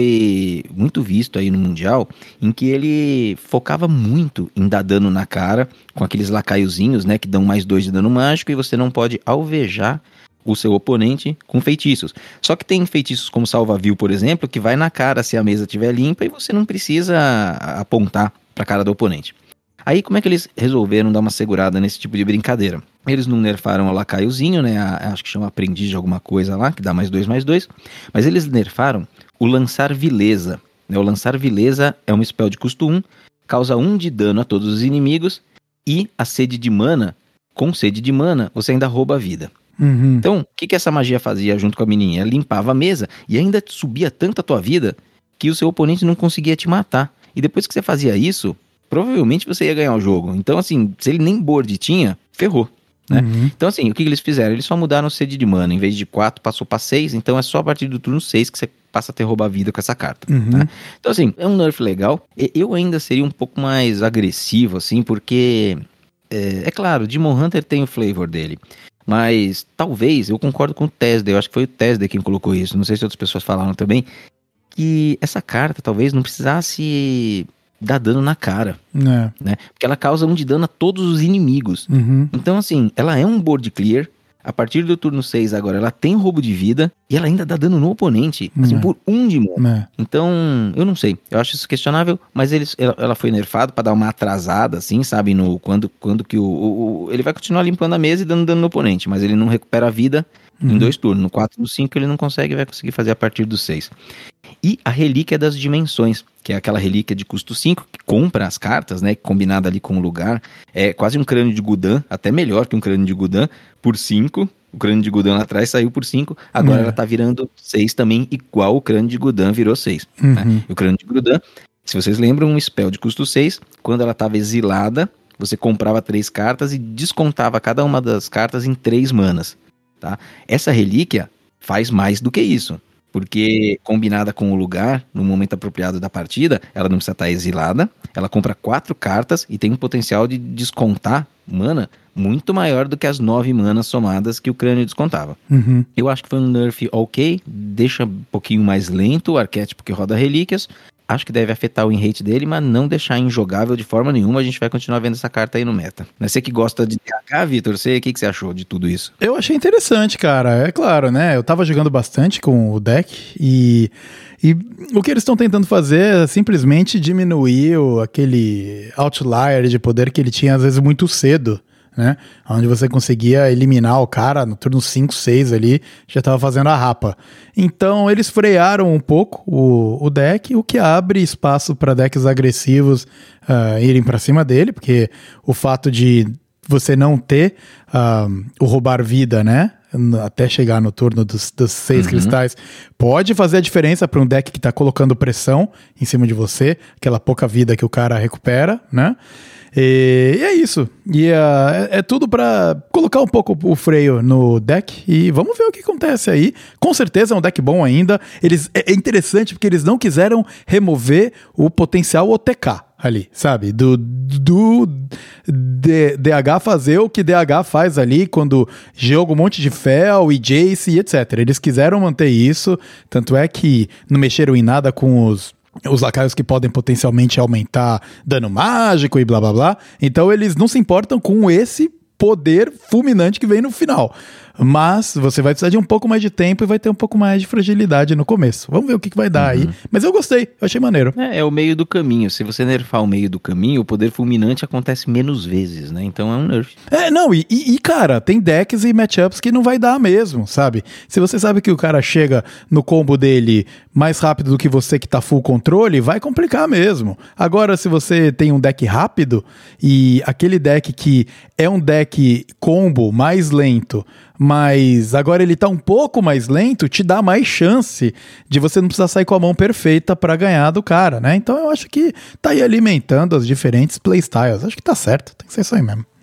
foi muito visto aí no Mundial, em que ele focava muito em dar dano na cara, com aqueles lacaiozinhos, né, que dão mais 2 de dano mágico, e você não pode alvejar o seu oponente com feitiços. Só que tem feitiços como Salva-Viu, por exemplo, que vai na cara se a mesa estiver limpa e você não precisa apontar para a cara do oponente. Aí como é que eles resolveram dar uma segurada nesse tipo de brincadeira? Eles não nerfaram o lacaiozinho, né, acho que chama aprendiz de alguma coisa lá, que dá mais 2, mas eles nerfaram o Lançar Vileza. O Lançar Vileza é um spell de custo 1, causa 1 de dano a todos os inimigos, e a sede de mana, com sede de mana, você ainda rouba a vida. Então, o que essa magia fazia junto com a menininha? Ela limpava a mesa e ainda subia tanto a tua vida que o seu oponente não conseguia te matar. E depois que você fazia isso, provavelmente você ia ganhar o jogo. Então, assim, se ele nem board tinha, ferrou, né? Então, assim, o que eles fizeram? Eles só mudaram o sede de mana. Em vez de 4, passou para 6. Então, é só a partir do turno 6 que você passa a ter roubar a vida com essa carta. Né? Então, assim, é um nerf legal. Eu ainda seria um pouco mais agressivo, assim, porque... É claro, Demon Hunter tem o flavor dele. Mas talvez, eu concordo com o Tesda, eu acho que foi o Tesda quem colocou isso, não sei se outras pessoas falaram também, que essa carta talvez não precisasse dar dano na cara, né? Porque ela causa 1 de dano a todos os inimigos. Então, assim, ela é um board clear. A partir do turno 6 agora, ela tem roubo de vida e ela ainda dá dano no oponente, assim, por 1 de mana. Então, eu não sei, eu acho isso questionável, mas ela foi nerfada pra dar uma atrasada, assim, sabe, no quando que ele vai continuar limpando a mesa e dando dano no oponente, mas ele não recupera a vida em 2 turnos. No 4 e no 5 ele não consegue, vai conseguir fazer a partir do 6. E a Relíquia das Dimensões, que é aquela relíquia de custo 5, que compra as cartas, né, combinada ali com o lugar, é quase um crânio de Gul'dan, até melhor que um crânio de Gul'dan, por 5, o crânio de Gul'dan lá atrás saiu por 5, agora ela tá virando 6 também, igual o crânio de Gul'dan virou 6. Né? E o crânio de Gul'dan, se vocês lembram, um spell de custo 6, quando ela tava exilada, você comprava 3 cartas e descontava cada uma das cartas em 3 manas. Tá? Essa relíquia faz mais do que isso. Porque combinada com o lugar, no momento apropriado da partida, ela não precisa estar exilada, ela compra 4 cartas e tem um potencial de descontar mana muito maior do que as 9 manas somadas que o crânio descontava. Eu acho que foi um nerf ok, deixa um pouquinho mais lento o arquétipo que roda relíquias, acho que deve afetar o win rate dele, mas não deixar injogável de forma nenhuma. A gente vai continuar vendo essa carta aí no meta. Você que gosta de DH, Vitor, o que você achou de tudo isso? Eu achei interessante, cara. É claro, né? Eu tava jogando bastante com o deck e o que eles estão tentando fazer é simplesmente diminuir aquele outlier de poder que ele tinha às vezes muito cedo, né? Onde você conseguia eliminar o cara no turno 5, 6 ali, já estava fazendo a rapa. Então eles frearam um pouco o deck, o que abre espaço para decks agressivos irem para cima dele, porque o fato de você não ter o roubar vida, né? até chegar no turno dos 6 cristais, pode fazer a diferença para um deck que tá colocando pressão em cima de você, aquela pouca vida que o cara recupera, né? E é isso. E é tudo pra colocar um pouco o freio no deck. E vamos ver o que acontece aí. Com certeza é um deck bom ainda. É interessante porque eles não quiseram remover o potencial OTK ali, sabe? Do DH fazer o que DH faz ali quando joga um monte de Fel e Jace e etc. Eles quiseram manter isso. Tanto é que não mexeram em nada com os lacaios que podem potencialmente aumentar dano mágico e blá blá blá. Então eles não se importam com esse poder fulminante que vem no final. Mas você vai precisar de um pouco mais de tempo e vai ter um pouco mais de fragilidade no começo. Vamos ver o que vai dar aí. Mas eu gostei, eu achei maneiro. É o meio do caminho. Se você nerfar o meio do caminho, o poder fulminante acontece menos vezes, né? Então é um nerf. Cara, tem decks e matchups que não vai dar mesmo, sabe? Se você sabe que o cara chega no combo dele mais rápido do que você que tá full controle, vai complicar mesmo. Agora, se você tem um deck rápido e aquele deck que é um deck combo mais lento, mas agora ele tá um pouco mais lento, te dá mais chance de você não precisar sair com a mão perfeita pra ganhar do cara, né? Então eu acho que tá aí alimentando as diferentes playstyles. Acho que tá certo, tem que ser isso aí mesmo.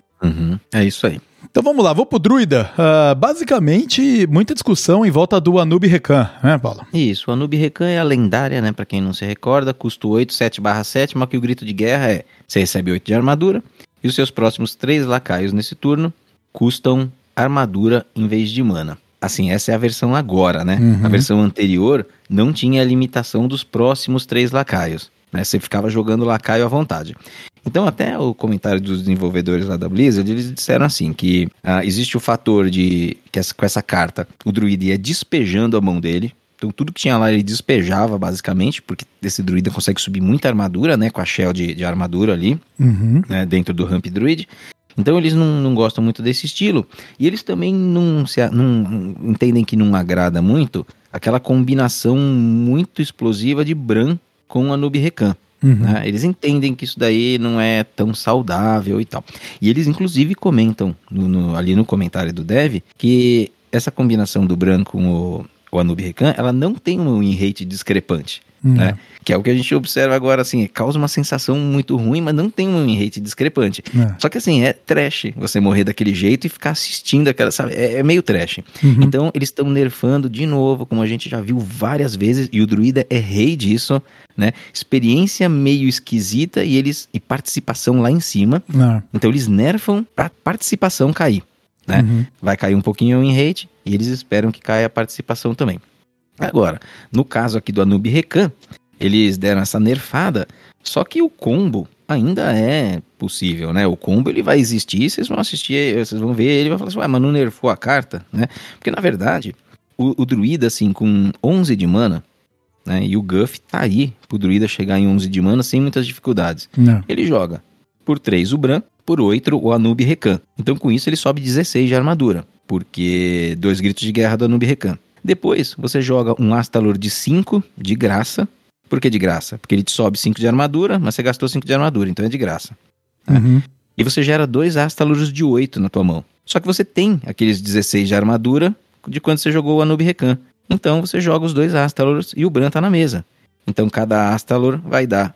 É isso aí. Então vamos lá, vou pro Druida. Basicamente, muita discussão em volta do Anub Recan, né, Paulo? Isso, o Anub Recan é a lendária, né? Pra quem não se recorda, custo 8, 7/7, mas que o grito de guerra é: você recebe 8 de armadura, e os seus próximos 3 lacaios nesse turno custam armadura em vez de mana. Assim, essa é a versão agora, né? A versão anterior não tinha a limitação dos próximos 3 lacaios, né? Você ficava jogando lacaio à vontade. Então, até o comentário dos desenvolvedores lá da Blizzard, eles disseram assim, que existe o fator de que com essa carta o druida ia despejando a mão dele. Então, tudo que tinha lá ele despejava, basicamente, porque esse druida consegue subir muita armadura, né? Com a shell de armadura ali, né, dentro do Ramp Druid. Então eles não gostam muito desse estilo. E eles também não entendem que não agrada muito aquela combinação muito explosiva de Bran com Anub Recan. Né? Eles entendem que isso daí não é tão saudável e tal. E eles inclusive comentam ali no comentário do dev que essa combinação do Bran com o Anub Recan, ela não tem um win rate discrepante. Né? Que é o que a gente observa agora, assim, causa uma sensação muito ruim, mas não tem um win rate discrepante. Só que assim, é trash você morrer daquele jeito e ficar assistindo aquela, sabe, é meio trash. Então eles estão nerfando de novo, como a gente já viu várias vezes, e o druida é rei disso, né? Experiência meio esquisita e participação lá em cima. Então eles nerfam pra participação cair, né? Vai cair um pouquinho o win rate e eles esperam que caia a participação também. Agora, no caso aqui do Anub Recan, eles deram essa nerfada, só que o combo ainda é possível, né? O combo ele vai existir, vocês vão assistir, vocês vão ver, ele vai falar assim, mas não nerfou a carta, né? Porque na verdade, o druida assim, com 11 de mana, né? E o Guff tá aí pro druida chegar em 11 de mana sem muitas dificuldades. Ele joga por 3 o Bran, por 8 o Anub Recan. Então com isso ele sobe 16 de armadura, porque 2 gritos de guerra do Anub Recan. Depois, você joga um Astalor de 5, de graça. Por que de graça? Porque ele te sobe 5 de armadura, mas você gastou 5 de armadura, então é de graça. E você gera 2 Astalors de 8 na tua mão. Só que você tem aqueles 16 de armadura de quando você jogou o Anub Recan. Então você joga os 2 Astalors e o Bran tá na mesa. Então cada Astalor vai dar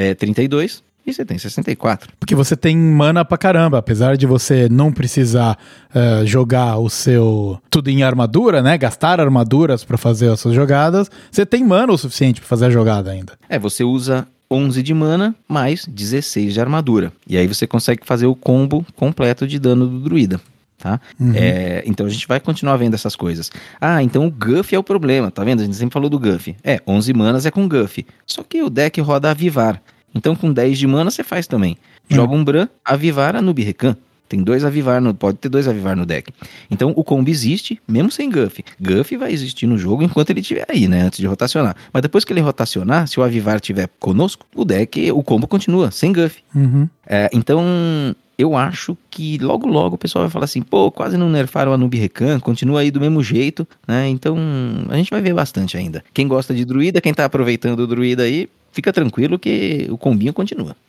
32 e você tem 64. Porque você tem mana pra caramba, apesar de você não precisar jogar o seu tudo em armadura, né? Gastar armaduras pra fazer as suas jogadas, você tem mana o suficiente pra fazer a jogada ainda. Você usa 11 de mana mais 16 de armadura. E aí você consegue fazer o combo completo de dano do druida. Tá? Então a gente vai continuar vendo essas coisas. Então o Guff é o problema, tá vendo? A gente sempre falou do Guff. 11 manas é com Guff. Só que o deck roda Avivar. Então com 10 de mana você faz também. Joga um Bran, Avivar, Anub Recan. Tem 2 Avivar, pode ter 2 Avivar no deck. Então o combo existe, mesmo sem Guff. Guff vai existir no jogo enquanto ele estiver aí, né? Antes de rotacionar. Mas depois que ele rotacionar, se o Avivar estiver conosco, o combo continua, sem Guff. Então eu acho que logo o pessoal vai falar assim, quase não nerfaram o Anub Recan, continua aí do mesmo jeito, né? Então a gente vai ver bastante ainda. Quem gosta de druida, quem tá aproveitando o druida aí, fica tranquilo que o combinho continua.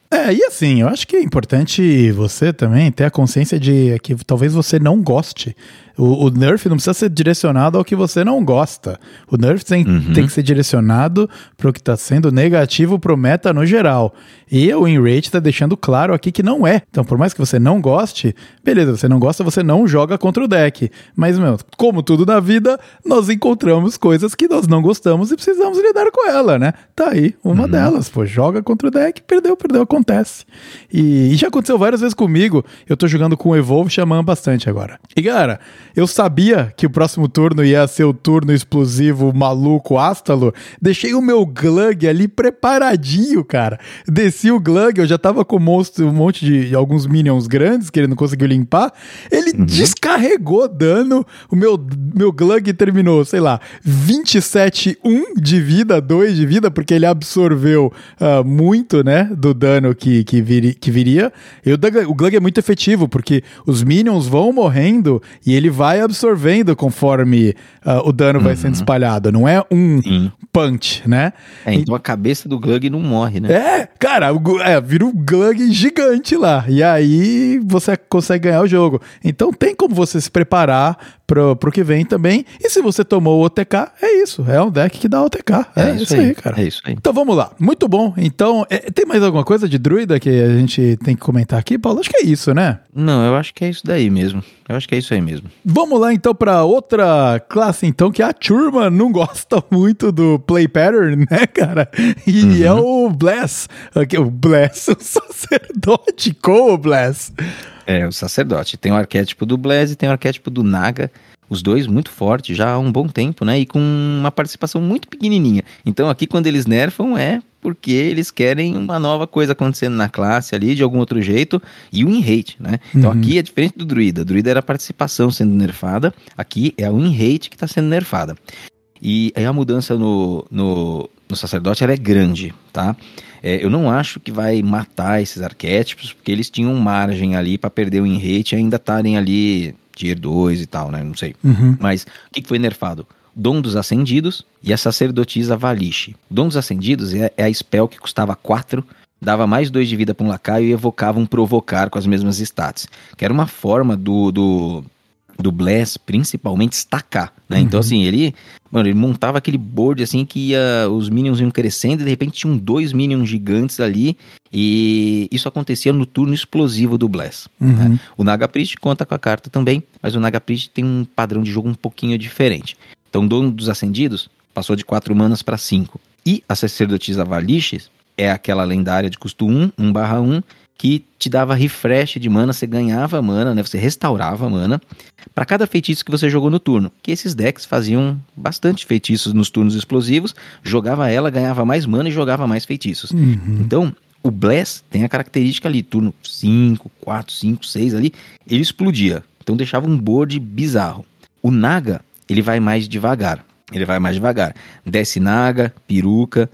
E assim, eu acho que é importante você também ter a consciência de que talvez você não goste. O nerf não precisa ser direcionado ao que você não gosta. O nerf tem que ser direcionado para o que está sendo negativo pro meta no geral. E o win rate está deixando claro aqui que não é. Então, por mais que você não goste, beleza, você não gosta, você não joga contra o deck. Mas, como tudo na vida, nós encontramos coisas que nós não gostamos e precisamos lidar com ela, né? Tá aí, uma delas, joga contra o deck, perdeu, acontece. E já aconteceu várias vezes comigo. Eu tô jogando com o Evolve Xamã bastante agora. E, cara, eu sabia que o próximo turno ia ser o turno explosivo maluco Astalor. Deixei o meu Glug ali preparadinho, cara. Desci o Glug, eu já tava com um monte de alguns minions grandes que ele não conseguiu limpar. Ele descarregou dano. O meu Glug terminou, sei lá, 27-1 de vida, 2 de vida, porque ele absorveu muito, né, do dano que viria. O Glug é muito efetivo, porque os minions vão morrendo e ele vai absorvendo conforme o dano vai sendo espalhado. Não é um punch, né? Então a cabeça do Glug não morre, né? Cara, vira um Glug gigante lá. E aí você consegue ganhar o jogo. Então tem como você se preparar pro que vem também. E se você tomou o OTK, é isso. É um deck que dá OTK. É isso aí, cara. É isso aí. Então vamos lá. Muito bom. Então, tem mais alguma coisa de druida que a gente tem que comentar aqui, Paulo? Acho que é isso, né? Não, eu acho que é isso daí mesmo. Vamos lá então pra outra classe então, que a turma não gosta muito do play pattern, né, cara? E é o Bless. O Bless, o sacerdote com o Bless. O sacerdote. Tem o arquétipo do Bless e tem o arquétipo do Naga. Os dois muito fortes já há um bom tempo, né? E com uma participação muito pequenininha. Então aqui quando eles nerfam porque eles querem uma nova coisa acontecendo na classe ali, de algum outro jeito, e o win-rate, né? Então aqui é diferente do druida. O druida era a participação sendo nerfada, aqui é a win-rate que está sendo nerfada. E aí a mudança no sacerdote, ela é grande, tá? Eu não acho que vai matar esses arquétipos, porque eles tinham margem ali para perder o win-rate e ainda estarem ali tier 2 e tal, né? Não sei. Mas o que foi nerfado? Dom dos Ascendidos e a Sacerdotisa Valish. Dom dos Ascendidos é a spell que custava 4, dava mais 2 de vida para um lacaio e evocava um Provocar com as mesmas stats. Que era uma forma do Bless, principalmente, estacar, né? Então, assim, ele montava aquele board, assim, que os minions iam crescendo e, de repente, tinham 2 minions gigantes ali e isso acontecia no turno explosivo do Bless. Né? O Naga Priest conta com a carta também, mas o Naga Priest tem um padrão de jogo um pouquinho diferente. Então, Dono dos Ascendidos passou de 4 manas para 5. E a Sacerdotisa Valish é aquela lendária de custo 1/1, que te dava refresh de mana, você ganhava mana, né? Você restaurava mana para cada feitiço que você jogou no turno. Que esses decks faziam bastante feitiços nos turnos explosivos, jogava ela, ganhava mais mana e jogava mais feitiços. Então, o Bless tem a característica ali, turno 5, 4, 5, 6 ali, ele explodia. Então deixava um board bizarro. O Naga, ele vai mais devagar. Desce Naga, Peruca,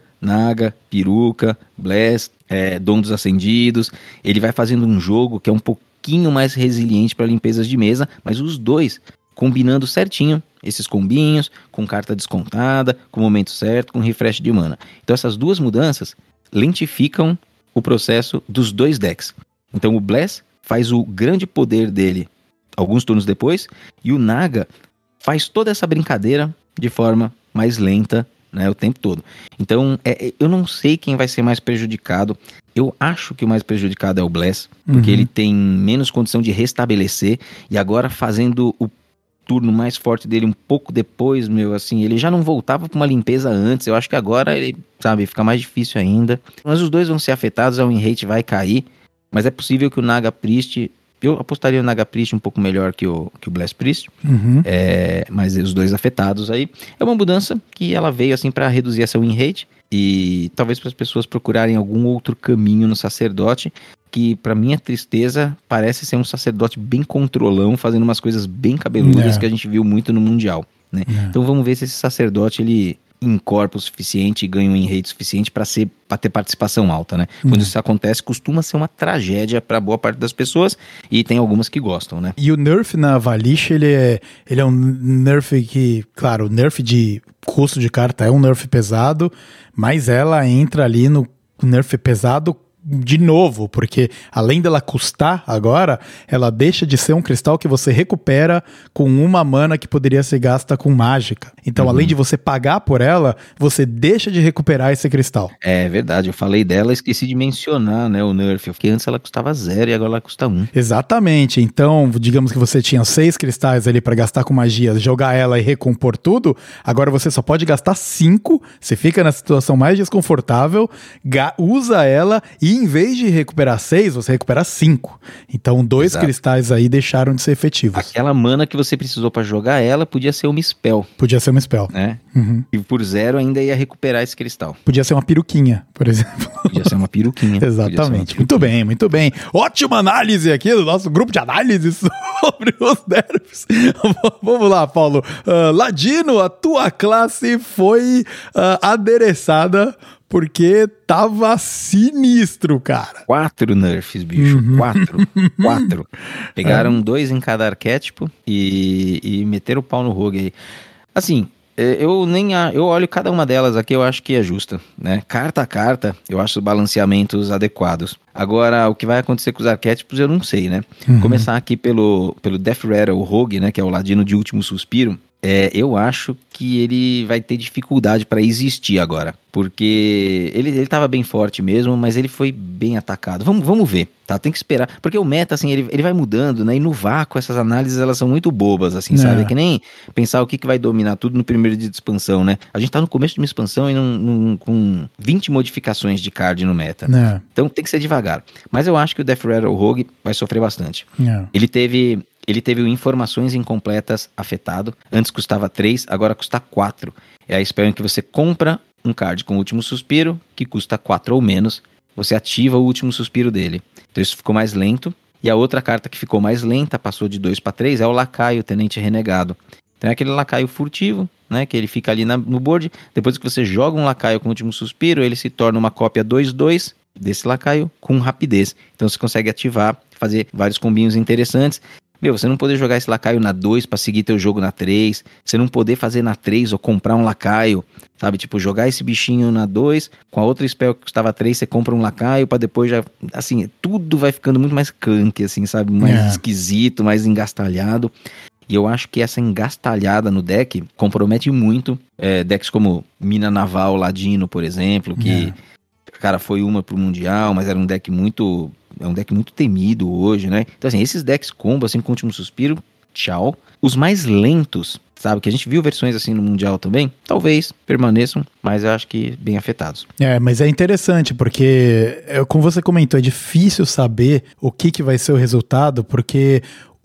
Bless, Dom dos Ascendidos. Ele vai fazendo um jogo que é um pouquinho mais resiliente para limpezas de mesa, mas os dois combinando certinho, esses combinhos, com carta descontada, com o momento certo, com refresh de mana. Então essas duas mudanças lentificam o processo dos dois decks. Então o Bless faz o grande poder dele alguns turnos depois, e o Naga faz toda essa brincadeira de forma mais lenta, né, o tempo todo. Então, eu não sei quem vai ser mais prejudicado. Eu acho que o mais prejudicado é o Bless, porque ele tem menos condição de restabelecer, e agora fazendo o turno mais forte dele um pouco depois, assim, ele já não voltava para uma limpeza antes. Eu acho que agora ele, fica mais difícil ainda. Mas os dois vão ser afetados, a win rate vai cair, mas é possível que o Naga Priest... Eu apostaria no Naga Priest um pouco melhor que o Bless Priest, mas os dois afetados aí. É uma mudança que ela veio assim para reduzir essa win rate e talvez para as pessoas procurarem algum outro caminho no sacerdote, que para minha tristeza parece ser um sacerdote bem controlão, fazendo umas coisas bem cabeludas que a gente viu muito no Mundial, né? Então vamos ver se esse sacerdote ele incorpora o suficiente e ganha um win rate suficiente para ter participação alta, né? Quando isso acontece, costuma ser uma tragédia para boa parte das pessoas, e tem algumas que gostam, né? E o nerf na Valish, ele é um nerf que, claro, o nerf de custo de carta é um nerf pesado, mas ela entra ali no nerf pesado de novo, porque além dela custar agora, ela deixa de ser um cristal que você recupera com uma mana que poderia ser gasta com mágica. Então, além de você pagar por ela, você deixa de recuperar esse cristal. É verdade, eu falei dela, esqueci de mencionar, né, o nerf, porque antes ela custava 0 e agora ela custa 1. Exatamente, então, digamos que você tinha 6 cristais ali pra gastar com magia, jogar ela e recompor tudo, agora você só pode gastar 5, você fica na situação mais desconfortável, usa ela e em vez de recuperar 6, você recupera 5. Então, 2 Exato. Cristais aí deixaram de ser efetivos. Aquela mana que você precisou pra jogar ela podia ser uma spell, Podia ser uma spell. né? Uhum. E por 0 ainda ia recuperar esse cristal. Podia ser uma peruquinha, por exemplo. Podia ser uma peruquinha. Exatamente. Muito bem, muito bem. Ótima análise aqui do nosso grupo de análise sobre os nerfs. Vamos lá, Paulo. Ladino, a tua classe foi adereçada porque tava sinistro, cara. 4 nerfs, bicho. 4. Pegaram 2 em cada arquétipo e meteram o pau no rogue aí. Assim, eu olho cada uma delas aqui, eu acho que é justa, né? Carta a carta, eu acho os balanceamentos adequados. Agora, o que vai acontecer com os arquétipos, eu não sei, né? Começar aqui pelo Death Rattle, o Rogue, né? Que é o ladino de último suspiro. Eu acho que ele vai ter dificuldade para existir agora, porque ele tava bem forte mesmo, mas ele foi bem atacado. Vamos ver, tá? Tem que esperar, porque o meta, assim, ele vai mudando, né? E no vácuo, essas análises, elas são muito bobas, assim, sabe? É que nem pensar o que vai dominar tudo no primeiro dia de expansão, né? A gente tá no começo de uma expansão e com 20 modificações de card no meta. Então tem que ser devagar. Mas eu acho que o Death Rattle Rogue vai sofrer bastante. Ele teve o Informações Incompletas afetado. Antes custava 3, agora custa 4. É a spell em que você compra um card com o Último Suspiro, que custa 4 ou menos. Você ativa o Último Suspiro dele. Então isso ficou mais lento. E a outra carta que ficou mais lenta, passou de 2 para 3, é o Lacaio, Tenente Renegado. Então é aquele lacaio furtivo, né? Que ele fica ali no board. Depois que você joga um lacaio com o Último Suspiro, ele se torna uma cópia 2/2 desse lacaio com rapidez. Então você consegue ativar, fazer vários combinhos interessantes. Você não poder jogar esse lacaio na 2 pra seguir teu jogo na 3, você não poder fazer na 3 ou comprar um lacaio, sabe? Tipo, jogar esse bichinho na 2, com a outra spell que custava 3, você compra um lacaio pra depois já... Assim, tudo vai ficando muito mais clunky, assim, sabe? Mais esquisito, mais engastalhado. E eu acho que essa engastalhada no deck compromete muito decks como Mina Naval Ladino, por exemplo, que, cara, foi uma pro Mundial, mas era um deck muito... É um deck muito temido hoje, né? Então, assim, esses decks combo, assim, com o Último Suspiro, tchau. Os mais lentos, sabe? Que a gente viu versões assim no Mundial também, talvez permaneçam, mas eu acho que bem afetados. Mas é interessante, porque, como você comentou, é difícil saber o que vai ser o resultado, porque...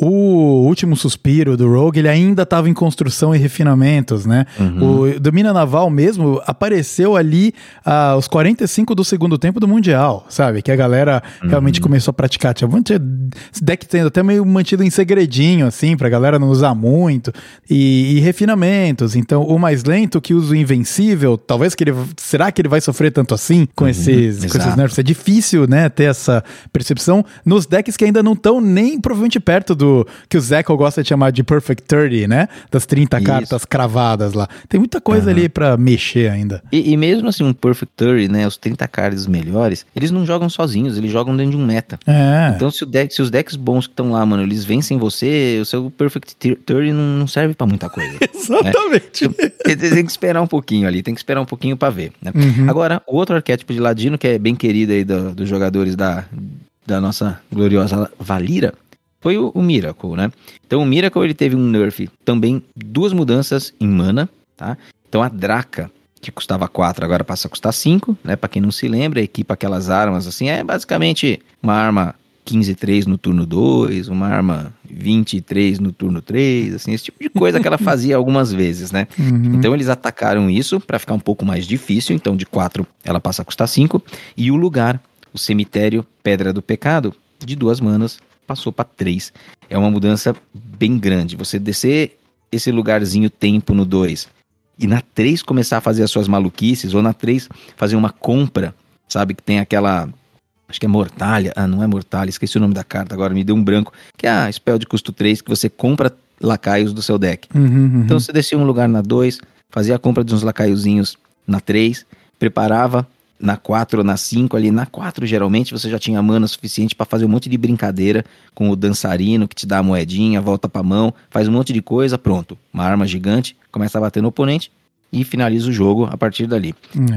O Último Suspiro do Rogue, ele ainda estava em construção e refinamentos, né? O do Mina Naval mesmo apareceu ali aos 45 do segundo tempo do Mundial, sabe? Que a galera realmente começou a praticar. Tinha esse deck tendo até meio mantido em segredinho, assim, pra galera não usar muito. E refinamentos. Então, o mais lento que usa o Invencível, talvez será que ele vai sofrer tanto assim com esses nerfs? É difícil, né, ter essa percepção nos decks que ainda não estão nem provavelmente perto do que o Zeco gosta de chamar de Perfect 30, né? Das 30 cartas cravadas lá. Tem muita coisa ali pra mexer ainda. E mesmo assim, um Perfect 30, né? Os 30 cards melhores, eles não jogam sozinhos, eles jogam dentro de um meta. Então, se os decks bons que estão lá, mano, eles vencem você, o seu Perfect 30 não serve pra muita coisa. Exatamente. Né? Tem que esperar um pouquinho ali, tem que esperar um pouquinho pra ver, né? Agora, o outro arquétipo de Ladino, que é bem querido aí dos jogadores da nossa gloriosa Valira, foi o Miracle, né? Então o Miracle, ele teve um nerf também, 2 mudanças em mana, tá? Então a Draca, que custava 4, agora passa a custar 5, né? Pra quem não se lembra, equipa aquelas armas assim, é basicamente uma arma 15/3 no turno 2, uma arma 23 no turno 3, assim, esse tipo de coisa que ela fazia algumas vezes, né? Então eles atacaram isso pra ficar um pouco mais difícil, então de 4 ela passa a custar 5, e o lugar, o Cemitério Pedra do Pecado, de 2 manas, passou para 3. É uma mudança bem grande. Você descer esse lugarzinho tempo no 2 e na 3 começar a fazer as suas maluquices, ou na 3 fazer uma compra, sabe? Que tem aquela... Acho que é Mortalha. Não é Mortalha, esqueci o nome da carta agora, me deu um branco. Que é a spell de custo 3, que você compra lacaios do seu deck. Então você descia um lugar na 2, fazia a compra de uns lacaiozinhos na 3, preparava na 4 ou na 5 ali. Na 4, geralmente, você já tinha mana suficiente pra fazer um monte de brincadeira com o dançarino, que te dá a moedinha, volta pra mão, faz um monte de coisa, pronto. Uma arma gigante, começa a bater no oponente e finaliza o jogo a partir dali.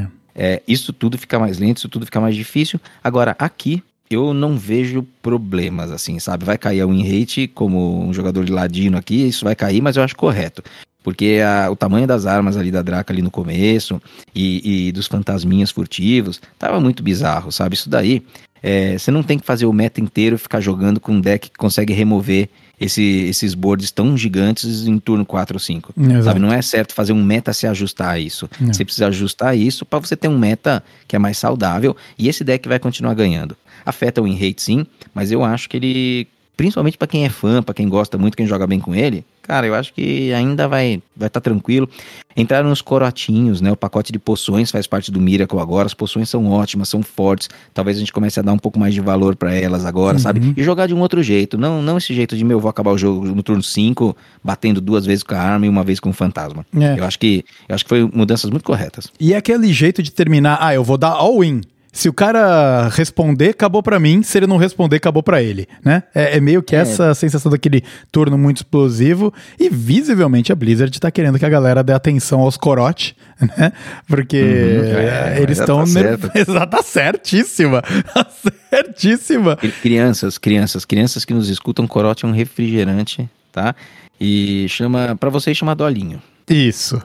Isso tudo fica mais lento, isso tudo fica mais difícil. Agora, aqui, eu não vejo problemas, assim, sabe? Vai cair a win rate como um jogador de ladino aqui, isso vai cair, mas eu acho correto. Porque o tamanho das armas ali da Draca ali no começo e dos fantasminhas furtivos, tava muito bizarro, sabe? Isso daí, você não tem que fazer o meta inteiro ficar jogando com um deck que consegue remover esses boards tão gigantes em turno 4 ou 5. Sabe? Não é certo fazer um meta se ajustar a isso. Você precisa ajustar isso para você ter um meta que é mais saudável e esse deck vai continuar ganhando. Afeta o win rate sim, mas eu acho que ele, principalmente para quem é fã, para quem gosta muito, quem joga bem com ele, cara, eu acho que ainda vai tá tranquilo. Entraram nos corotinhos, né? O pacote de poções faz parte do Miracle agora. As poções são ótimas, são fortes. Talvez a gente comece a dar um pouco mais de valor pra elas agora, sabe? E jogar de um outro jeito. Não esse jeito de, vou acabar o jogo no turno 5, batendo 2 vezes com a arma e 1 vez com o fantasma. Eu acho que foi mudanças muito corretas. E é aquele jeito de terminar, eu vou dar all-in. Se o cara responder, acabou pra mim. Se ele não responder, acabou pra ele, né? É meio que essa sensação daquele turno muito explosivo. E visivelmente a Blizzard tá querendo que a galera dê atenção aos corote, né? Porque eles estão... Tá certíssima. Tá certíssima. Crianças que nos escutam, corote é um refrigerante, tá? E pra vocês chama dolinho. Isso.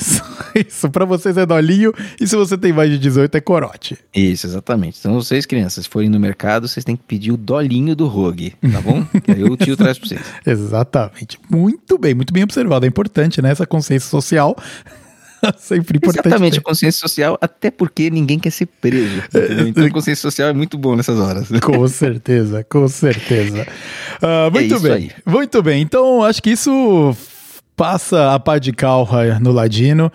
Pra vocês é dolinho e se você tem mais de 18 é corote. Isso, exatamente. Então vocês, crianças, se forem no mercado, vocês têm que pedir o dolinho do Rogue, tá bom? Que aí o tio traz pra vocês. Exatamente. Muito bem observado. É importante, né? Essa consciência social. Sempre importante. Exatamente, a consciência social, até porque ninguém quer ser preso. Então a consciência social é muito bom nessas horas. Com certeza. Muito bem. Aí. Muito bem. Então, acho que isso passa a pá de cal no Ladino.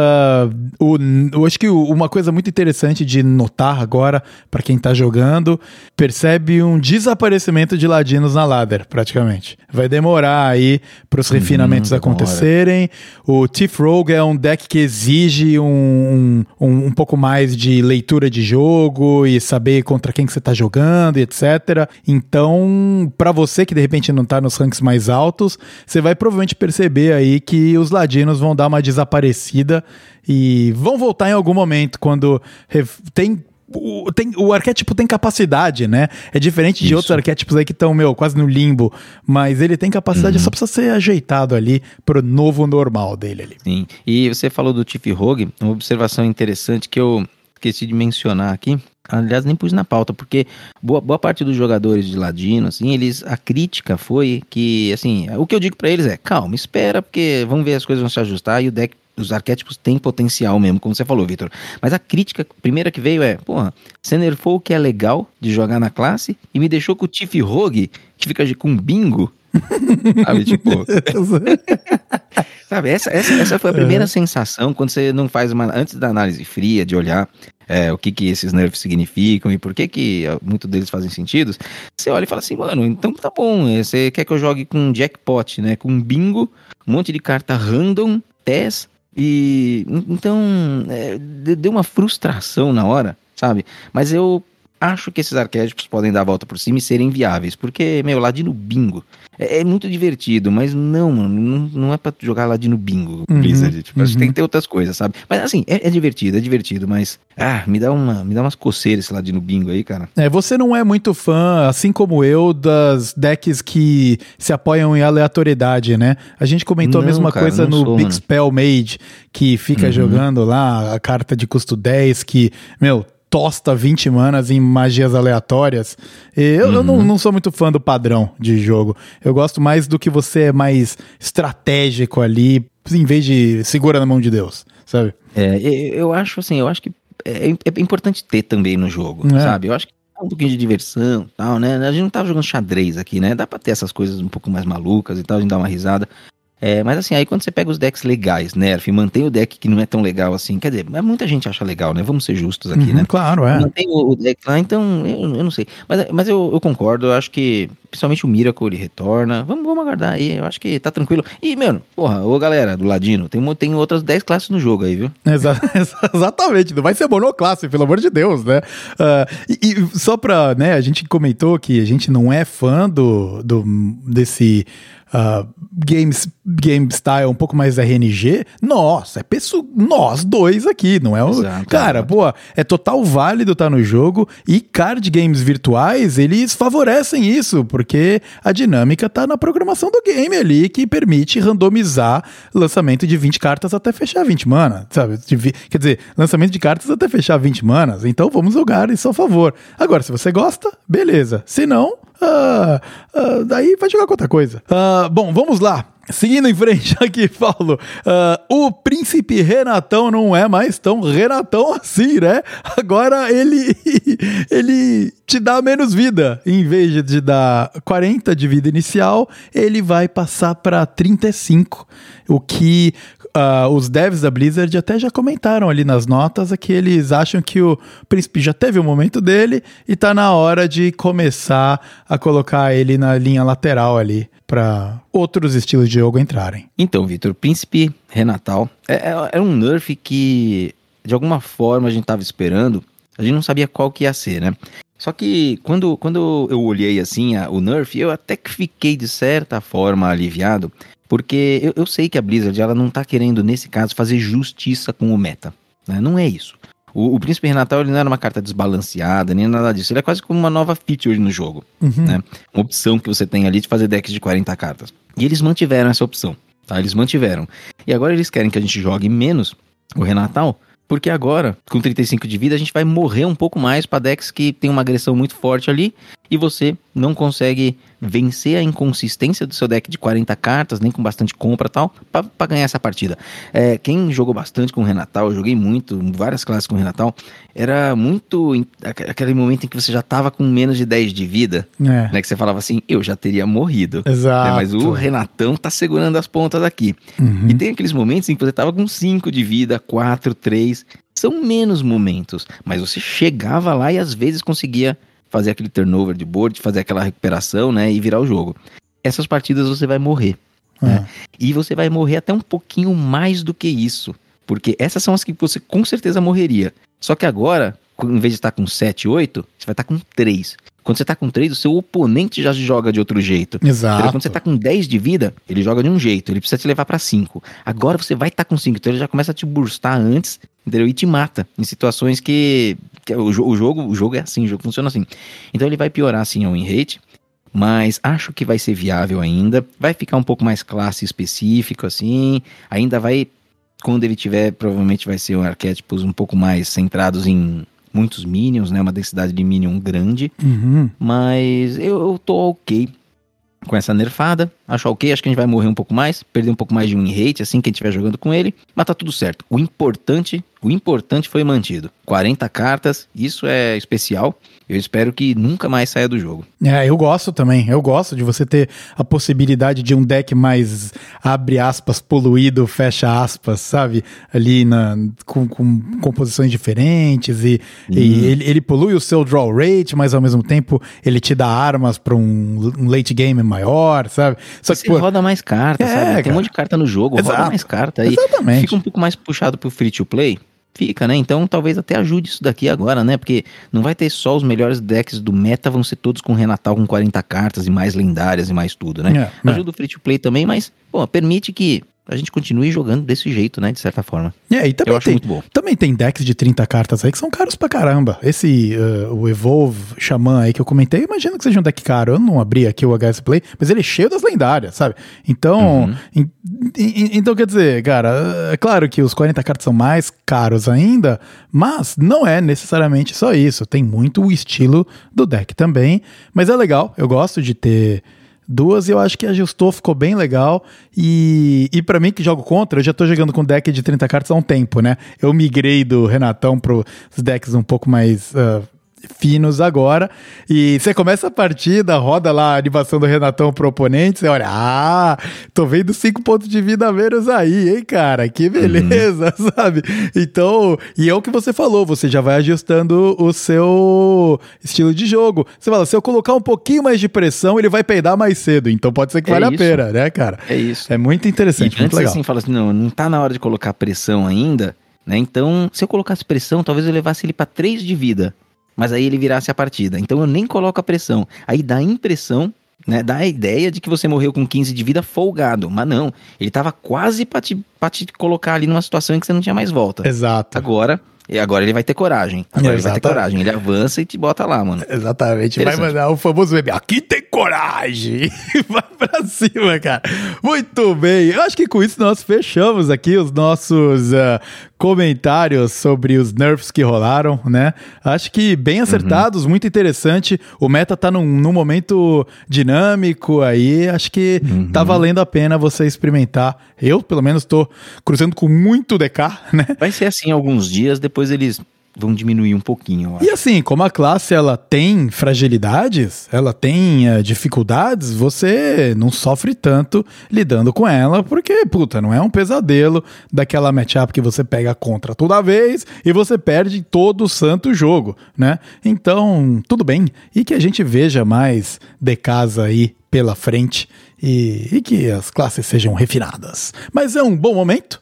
Eu acho que uma coisa muito interessante de notar agora, para quem tá jogando, percebe um desaparecimento de Ladinos na ladder, praticamente. Vai demorar aí pros refinamentos acontecerem. O Thief Rogue é um deck que exige um pouco mais de leitura de jogo e saber contra quem que você tá jogando, etc. Então, para você que de repente não tá nos ranks mais altos, você vai provavelmente perceber aí que os ladinos vão dar uma desaparecida e vão voltar em algum momento quando o arquétipo tem capacidade, né? É diferente de outros arquétipos aí que estão, quase no limbo, mas ele tem capacidade, só precisa ser ajeitado ali pro novo normal dele ali. Sim, e você falou do Thief Rogue, uma observação interessante que eu esqueci de mencionar aqui. Aliás, nem pus na pauta, porque boa parte dos jogadores de Ladino, assim, a crítica foi que, assim, o que eu digo pra eles é, calma, espera, porque vamos ver, as coisas vão se ajustar e o deck, os arquétipos têm potencial mesmo, como você falou, Vitor. Mas a crítica primeira que veio é, você nerfou o que é legal de jogar na classe e me deixou com o Thief Rogue, que fica com bingo. Sabe, tipo... Sabe, essa foi a primeira sensação quando você não faz antes da análise fria, de olhar o que esses nerfs significam e por que muitos deles fazem sentido. Você olha e fala assim, mano, então tá bom, você quer que eu jogue com jackpot, né, com bingo, um monte de carta random, TES, e então deu uma frustração na hora, sabe, mas eu acho que esses arquétipos podem dar a volta por cima e serem viáveis, porque, Ladino bingo é muito divertido, mas não é pra jogar Ladino bingo, Blizzard, tipo, a gente tem que ter outras coisas, sabe? Mas assim, é divertido, mas me dá umas coceiras esse Ladino bingo aí, cara. Você não é muito fã, assim como eu, das decks que se apoiam em aleatoriedade, né? A gente comentou a mesma coisa no Big Spell Mage, que fica jogando lá a carta de custo 10, que, tosta 20 manas em magias aleatórias. Eu não sou muito fã do padrão de jogo. Eu gosto mais do que você é mais estratégico ali, em vez de segura na mão de Deus, sabe? Eu acho que é importante ter também no jogo, sabe? Eu acho que é um pouquinho de diversão e tal, né? A gente não tá jogando xadrez aqui, né? Dá pra ter essas coisas um pouco mais malucas e tal, a gente dá uma risada. Mas assim, aí quando você pega os decks legais, nerf, e mantém o deck que não é tão legal assim, quer dizer, muita gente acha legal, né? Vamos ser justos aqui, né? Claro, Mantém o deck lá, então eu não sei. Mas eu concordo, eu acho que principalmente o Miracle ele retorna. Vamos aguardar aí, eu acho que tá tranquilo. E, mano, porra, galera do Ladino, tem outras 10 classes no jogo aí, viu? Exatamente, não vai ser monoclasse, pelo amor de Deus, né? E só pra, né, a gente comentou que a gente não é fã desse game style um pouco mais RNG. Nossa, nós dois aqui, não é o... Exato, cara, pô, é total válido estar no jogo, e card games virtuais, eles favorecem isso, porque a dinâmica tá na programação do game ali, que permite randomizar lançamento de 20 cartas até fechar 20 manas, sabe? Quer dizer, lançamento de cartas até fechar 20 manas, então vamos jogar isso a favor. Agora, se você gosta, beleza. Se não, daí vai jogar com outra coisa. Bom, vamos lá. Seguindo em frente aqui, Paulo, o Príncipe Renatão não é mais tão Renatão assim, né? Agora ele te dá menos vida. Em vez de dar 40 de vida inicial, ele vai passar para 35. O que os devs da Blizzard até já comentaram ali nas notas, é que eles acham que o Príncipe já teve o momento dele e tá na hora de começar a colocar ele na linha lateral ali, para outros estilos de jogo entrarem. Então, Vitor, Príncipe Renatal é um nerf que, de alguma forma, a gente tava esperando, a gente não sabia qual que ia ser, né? Só que quando eu olhei assim o nerf, eu até que fiquei, de certa forma, aliviado, porque eu sei que a Blizzard ela não tá querendo, nesse caso, fazer justiça com o meta, né? Não é isso. O Príncipe Renatal ele não era uma carta desbalanceada, nem nada disso. Ele é quase como uma nova feature no jogo, né? Uma opção que você tem ali de fazer decks de 40 cartas. E eles mantiveram essa opção, tá? Eles mantiveram. E agora eles querem que a gente jogue menos o Renatal, porque agora, com 35 de vida, a gente vai morrer um pouco mais para decks que tem uma agressão muito forte ali, e você não consegue vencer a inconsistência do seu deck de 40 cartas, nem com bastante compra e tal, pra ganhar essa partida. Quem jogou bastante com o Renatal, eu joguei muito, várias classes com o Renatal, era muito aquele momento em que você já tava com menos de 10 de vida, né, que você falava assim, eu já teria morrido. Exato. Né, mas o Renatão tá segurando as pontas aqui. E tem aqueles momentos em que você tava com 5 de vida, 4, 3, são menos momentos, mas você chegava lá e às vezes conseguia fazer aquele turnover de board, fazer aquela recuperação, né, e virar o jogo. Essas partidas você vai morrer, né? E você vai morrer até um pouquinho mais do que isso, porque essas são as que você com certeza morreria. Só que agora, em vez de estar com 7, 8, você vai estar com 3. Quando você tá com 3, o seu oponente já joga de outro jeito. Exato. Então, quando você tá com 10 de vida, ele joga de um jeito, ele precisa te levar pra 5. Agora você vai estar com 5, então ele já começa a te burstar antes, entendeu? E te mata em situações que o jogo é assim, o jogo funciona assim. Então ele vai piorar assim o win rate, mas acho que vai ser viável ainda, vai ficar um pouco mais classe específico assim, ainda vai, quando ele tiver, provavelmente vai ser arquétipos um pouco mais centrados em muitos minions, né? Uma densidade de minion grande. Mas eu tô ok com essa nerfada. Acho ok, acho que a gente vai morrer um pouco mais, perder um pouco mais de win rate assim que a gente estiver jogando com ele. Mas tá tudo certo. O importante foi mantido. 40 cartas, isso é especial. Eu espero que nunca mais saia do jogo. Eu gosto também. Eu gosto de você ter a possibilidade de um deck mais, abre aspas, poluído, fecha aspas, sabe? Ali com composições diferentes e ele polui o seu draw rate, mas ao mesmo tempo ele te dá armas para um late game maior, sabe? Só que você roda mais cartas, sabe? Tem um monte de carta no jogo, roda mais carta. Exatamente. Fica um pouco mais puxado pro free to play. Fica, né? Então talvez até ajude isso daqui agora, né? Porque não vai ter só os melhores decks do meta, vão ser todos com Renatal com 40 cartas e mais lendárias e mais tudo, né? Ajuda o free to play também, mas, pô, permite que a gente continue jogando desse jeito, né? De certa forma. E também eu acho muito bom. Também tem decks de 30 cartas aí que são caros pra caramba. Esse, o Evolve Xamã aí que eu comentei, imagino que seja um deck caro. Eu não abri aqui o HS Play, mas ele é cheio das lendárias, sabe? Então, então quer dizer, cara, é claro que os 40 cartas são mais caros ainda, mas não é necessariamente só isso. Tem muito o estilo do deck também, mas é legal, eu gosto de ter duas, eu acho que ajustou, ficou bem legal. E pra mim que jogo contra, eu já tô jogando com deck de 30 cartas há um tempo, né? Eu migrei do Renatão pros decks um pouco mais finos agora. E você começa a partida, roda lá a animação do Renatão pro oponente, você olha, tô vendo 5 pontos de vida a menos aí, hein, cara? Que beleza, sabe? Então, e é o que você falou, você já vai ajustando o seu estilo de jogo. Você fala, se eu colocar um pouquinho mais de pressão, ele vai peidar mais cedo, então pode ser que valha a pena, né, cara? É isso. É muito interessante, e muito antes legal. assim, fala assim, não tá na hora de colocar pressão ainda, né? Então, se eu colocasse pressão, talvez eu levasse ele pra 3 de vida. Mas aí ele virasse a partida. Então eu nem coloco a pressão. Aí dá a impressão, né? Dá a ideia de que você morreu com 15 de vida folgado. Mas não. Ele tava quase pra te colocar ali numa situação em que você não tinha mais volta. Exato. Agora ele vai ter coragem. Agora ele vai ter coragem. Ele avança e te bota lá, mano. Exatamente. Vai mandar o famoso meme. Aqui tem coragem. Vai pra cima, cara. Muito bem. Eu acho que com isso nós fechamos aqui os nossos comentários sobre os nerfs que rolaram, né? Acho que bem acertados, muito interessante. O meta tá num momento dinâmico aí. Acho que tá valendo a pena você experimentar. Eu, pelo menos, tô cruzando com muito DK, né? Vai ser assim alguns dias, depois eles vão diminuir um pouquinho, eu acho. E assim, como a classe ela tem fragilidades, ela tem dificuldades, você não sofre tanto lidando com ela, porque, puta, não é um pesadelo daquela matchup que você pega contra toda vez e você perde todo o santo jogo, né? Então, tudo bem. E que a gente veja mais DKs aí pela frente e que as classes sejam refinadas. Mas é um bom momento.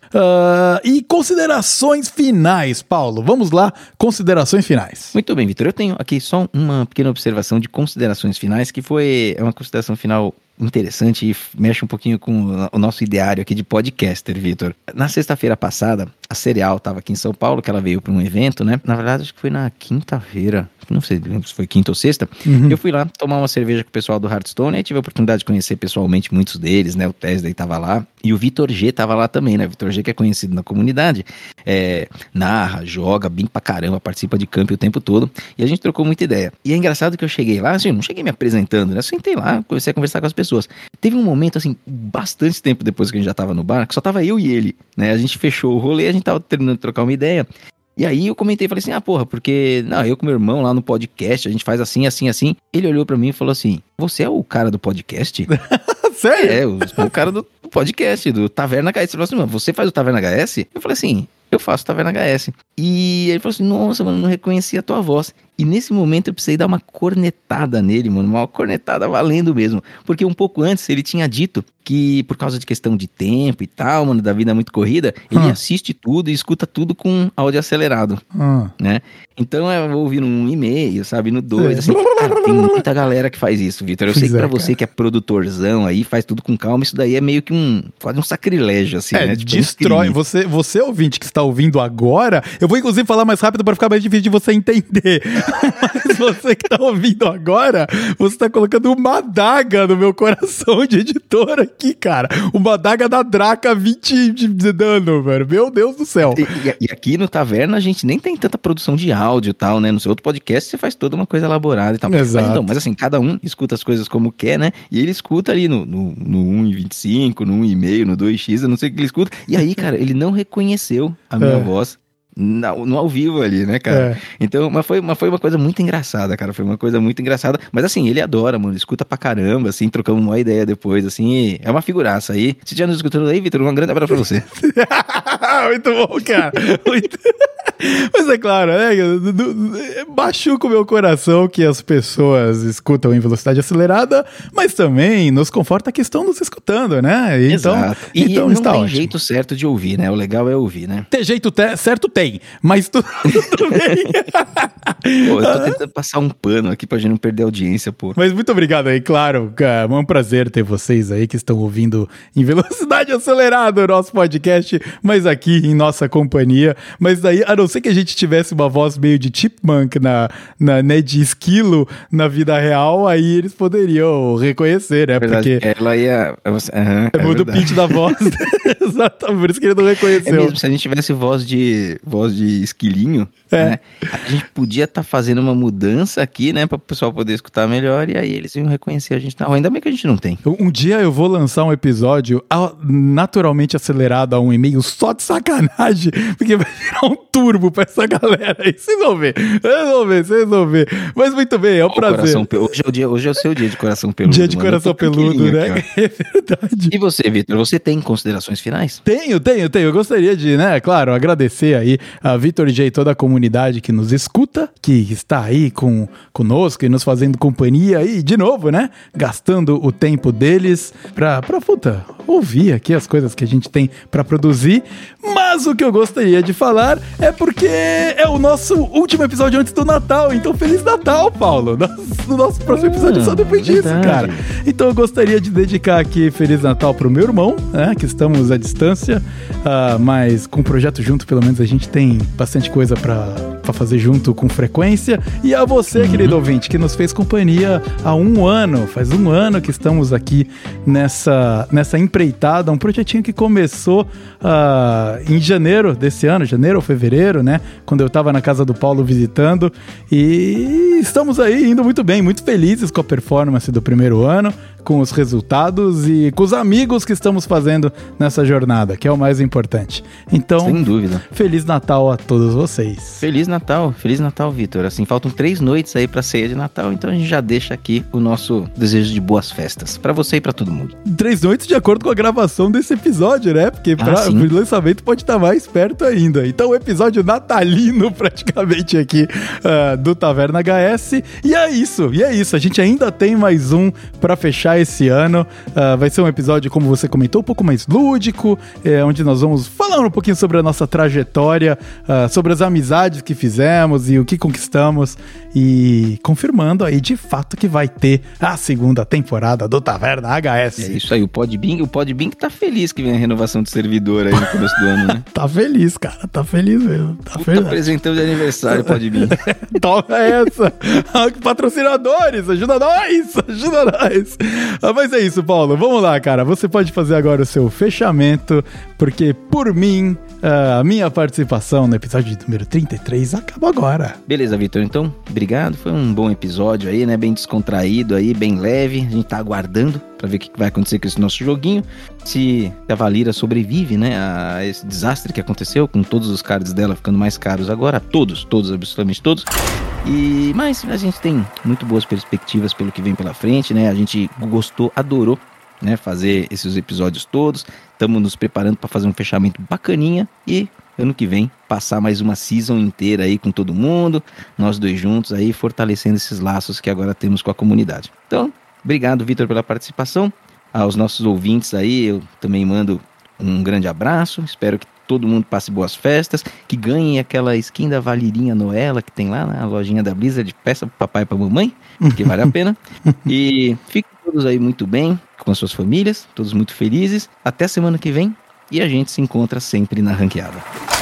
E considerações finais, Paulo. Vamos lá, considerações finais. Muito bem, Vitor. Eu tenho aqui só uma pequena observação de considerações finais, que é uma consideração final interessante e mexe um pouquinho com o nosso ideário aqui de podcaster, Vitor. Na sexta-feira passada, a Cereal estava aqui em São Paulo, que ela veio para um evento, né? Na verdade, acho que foi na quinta-feira, não sei se foi quinta ou sexta. Eu fui lá tomar uma cerveja com o pessoal do Hearthstone, aí tive a oportunidade de conhecer pessoalmente muitos deles, né? O Tesla estava lá, e o Vitor G estava lá também, né? O Vitor G, que é conhecido na comunidade, narra, joga bem pra caramba, participa de camp o tempo todo, e a gente trocou muita ideia. E é engraçado que eu cheguei lá, assim, eu não cheguei me apresentando, né? Eu sentei lá, comecei a conversar com as pessoas. Teve um momento, assim, bastante tempo depois que a gente já tava no bar, que só tava eu e ele, né? A gente fechou o rolê, a gente tava terminando de trocar uma ideia. E aí eu comentei, falei assim, porra, porque eu com meu irmão lá no podcast, a gente faz assim, assim, assim. Ele olhou pra mim e falou assim, você é o cara do podcast? Sério? Eu sou o cara do podcast, do Taverna HS. Ele falou assim, mano, você faz o Taverna HS? Eu falei assim, eu faço Taverna HS. E ele falou assim, nossa, mano, não reconheci a tua voz. E nesse momento eu precisei dar uma cornetada nele, mano, uma cornetada valendo mesmo. Porque um pouco antes ele tinha dito que, por causa de questão de tempo e tal, mano, da vida muito corrida, ele assiste tudo e escuta tudo com áudio acelerado, né? Então eu ouvi num e-mail, sabe, no 2, assim, cara, tem muita galera que faz isso, Vitor. Eu sei que pra você que é produtorzão aí, faz tudo com calma, isso daí é meio que quase um sacrilégio, assim, né? Tipo, destrói. Você ouvinte que está ouvindo agora, eu vou inclusive falar mais rápido para ficar mais difícil de você entender. Mas você que tá ouvindo agora, você tá colocando uma adaga no meu coração de editor aqui, cara. Uma adaga da Draca 20 de dano, velho. Meu Deus do céu. E aqui no Taverna a gente nem tem tanta produção de áudio e tal, né? No seu outro podcast você faz toda uma coisa elaborada e tal. Exato. Mas assim, cada um escuta as coisas como quer, né? E ele escuta ali no 1.25, no 1.5, no 2x, eu não sei o que ele escuta. E aí, cara, ele não reconheceu a minha voz. No ao vivo ali, né, cara? Então, mas foi uma coisa muito engraçada, cara. Foi uma coisa muito engraçada. Mas assim, ele adora, mano. Ele escuta pra caramba, assim, trocamos uma ideia depois, assim. É uma figuraça aí. Se já nos escutando aí, Vitor, um grande abraço pra você. Muito bom, cara. Muito... Mas é claro, né? Machuca o meu coração que as pessoas escutam em velocidade acelerada, mas também nos conforta a questão nos escutando, né? Exato. Então não está tem ótimo. jeito certo de ouvir, né? O legal é ouvir, né? Ter jeito certo tem, mas tudo bem. Pô, eu tô tentando passar um pano aqui pra gente não perder a audiência, pô. Mas muito obrigado aí, claro. É um prazer ter vocês aí que estão ouvindo em velocidade acelerada o nosso podcast, mas aqui em nossa companhia. Mas daí, a não ser que a gente tivesse uma voz meio de chipmunk né, de esquilo na vida real, aí eles poderiam reconhecer, né? Verdade, porque ela ia... é muito o pitch da voz. Exato, por isso que ele não reconheceu. É mesmo, se a gente tivesse voz de voz de esquilinho, né? A gente podia estar fazendo uma mudança aqui, né? Para o pessoal poder escutar melhor e aí eles iam reconhecer a gente na rua. Ainda bem que a gente não tem. Um dia eu vou lançar um episódio naturalmente acelerado a 1,5 só de sacanagem, porque vai virar um turbo pra essa galera aí. Vocês vão ver. Mas muito bem, é um prazer. Hoje é o seu dia de coração peludo. Dia de coração peludo, né? Aqui, é verdade. E você, Vitor, você tem considerações finais? Tenho. Eu gostaria de, né, claro, agradecer aí a Vitor J e toda a comunidade que nos escuta, que está aí conosco e nos fazendo companhia e, de novo, né, gastando o tempo deles pra ouvir aqui as coisas que a gente tem pra produzir. Mas o que eu gostaria de falar é porque é o nosso último episódio antes do Natal, então Feliz Natal, Paulo! No nosso próximo episódio só depois disso, cara. Então eu gostaria de dedicar aqui Feliz Natal pro meu irmão, né, que estamos à distância, mas com o projeto junto, pelo menos a gente tem bastante coisa pra fazer junto com frequência. E a você, querido ouvinte, que nos fez companhia há 1 ano. Faz 1 ano que estamos aqui nessa empreitada, um projetinho que começou em janeiro desse ano, janeiro ou fevereiro, né? Quando eu tava na casa do Paulo visitando. E estamos aí indo muito bem, muito felizes com a performance do primeiro ano, com os resultados e com os amigos que estamos fazendo nessa jornada, que é o mais importante. Então, sem dúvida. Feliz Natal a todos vocês. Feliz Natal, Vitor. Assim, faltam 3 noites aí pra ceia de Natal, então a gente já deixa aqui o nosso desejo de boas festas, pra você e pra todo mundo. 3 noites de acordo com a gravação desse episódio, né? Porque o lançamento pode estar mais perto ainda. Então, o episódio natalino praticamente aqui do Taverna HS. E é isso. A gente ainda tem mais um pra fechar esse ano. Vai ser um episódio, como você comentou, um pouco mais lúdico, onde nós vamos falar um pouquinho sobre a nossa trajetória, sobre as amizades que fizemos e o que conquistamos, e confirmando aí de fato que vai ter a segunda temporada do Taverna HS. É isso aí, o Podbean que tá feliz que vem a renovação do servidor aí no começo do ano, né? Tá feliz, cara, tá feliz mesmo. Tá apresentando de aniversário, Podbean. Toma essa! Patrocinadores, ajuda nós! Mas é isso, Paulo, vamos lá, cara, você pode fazer agora o seu fechamento, porque por mim, a minha participação no episódio número 33 acaba agora. Beleza, Vitor, então, obrigado, foi um bom episódio aí, né, bem descontraído aí, bem leve, a gente tá aguardando pra ver o que vai acontecer com esse nosso joguinho, se a Valira sobrevive, né, a esse desastre que aconteceu, com todos os cards dela ficando mais caros agora, todos, absolutamente todos. Mas a gente tem muito boas perspectivas pelo que vem pela frente, né? A gente gostou, adorou, né, fazer esses episódios todos. Estamos nos preparando para fazer um fechamento bacaninha e ano que vem passar mais uma season inteira aí com todo mundo, nós dois juntos aí fortalecendo esses laços que agora temos com a comunidade. Então, obrigado, Vitor, pela participação. Aos nossos ouvintes aí, eu também mando um grande abraço. Espero que todo mundo passe boas festas, que ganhe aquela skin da Valirinha Noela que tem lá na lojinha da Blizzard, peça pro papai e pra mamãe, que vale a pena. E fiquem todos aí muito bem, com as suas famílias, todos muito felizes. Até semana que vem e a gente se encontra sempre na ranqueada.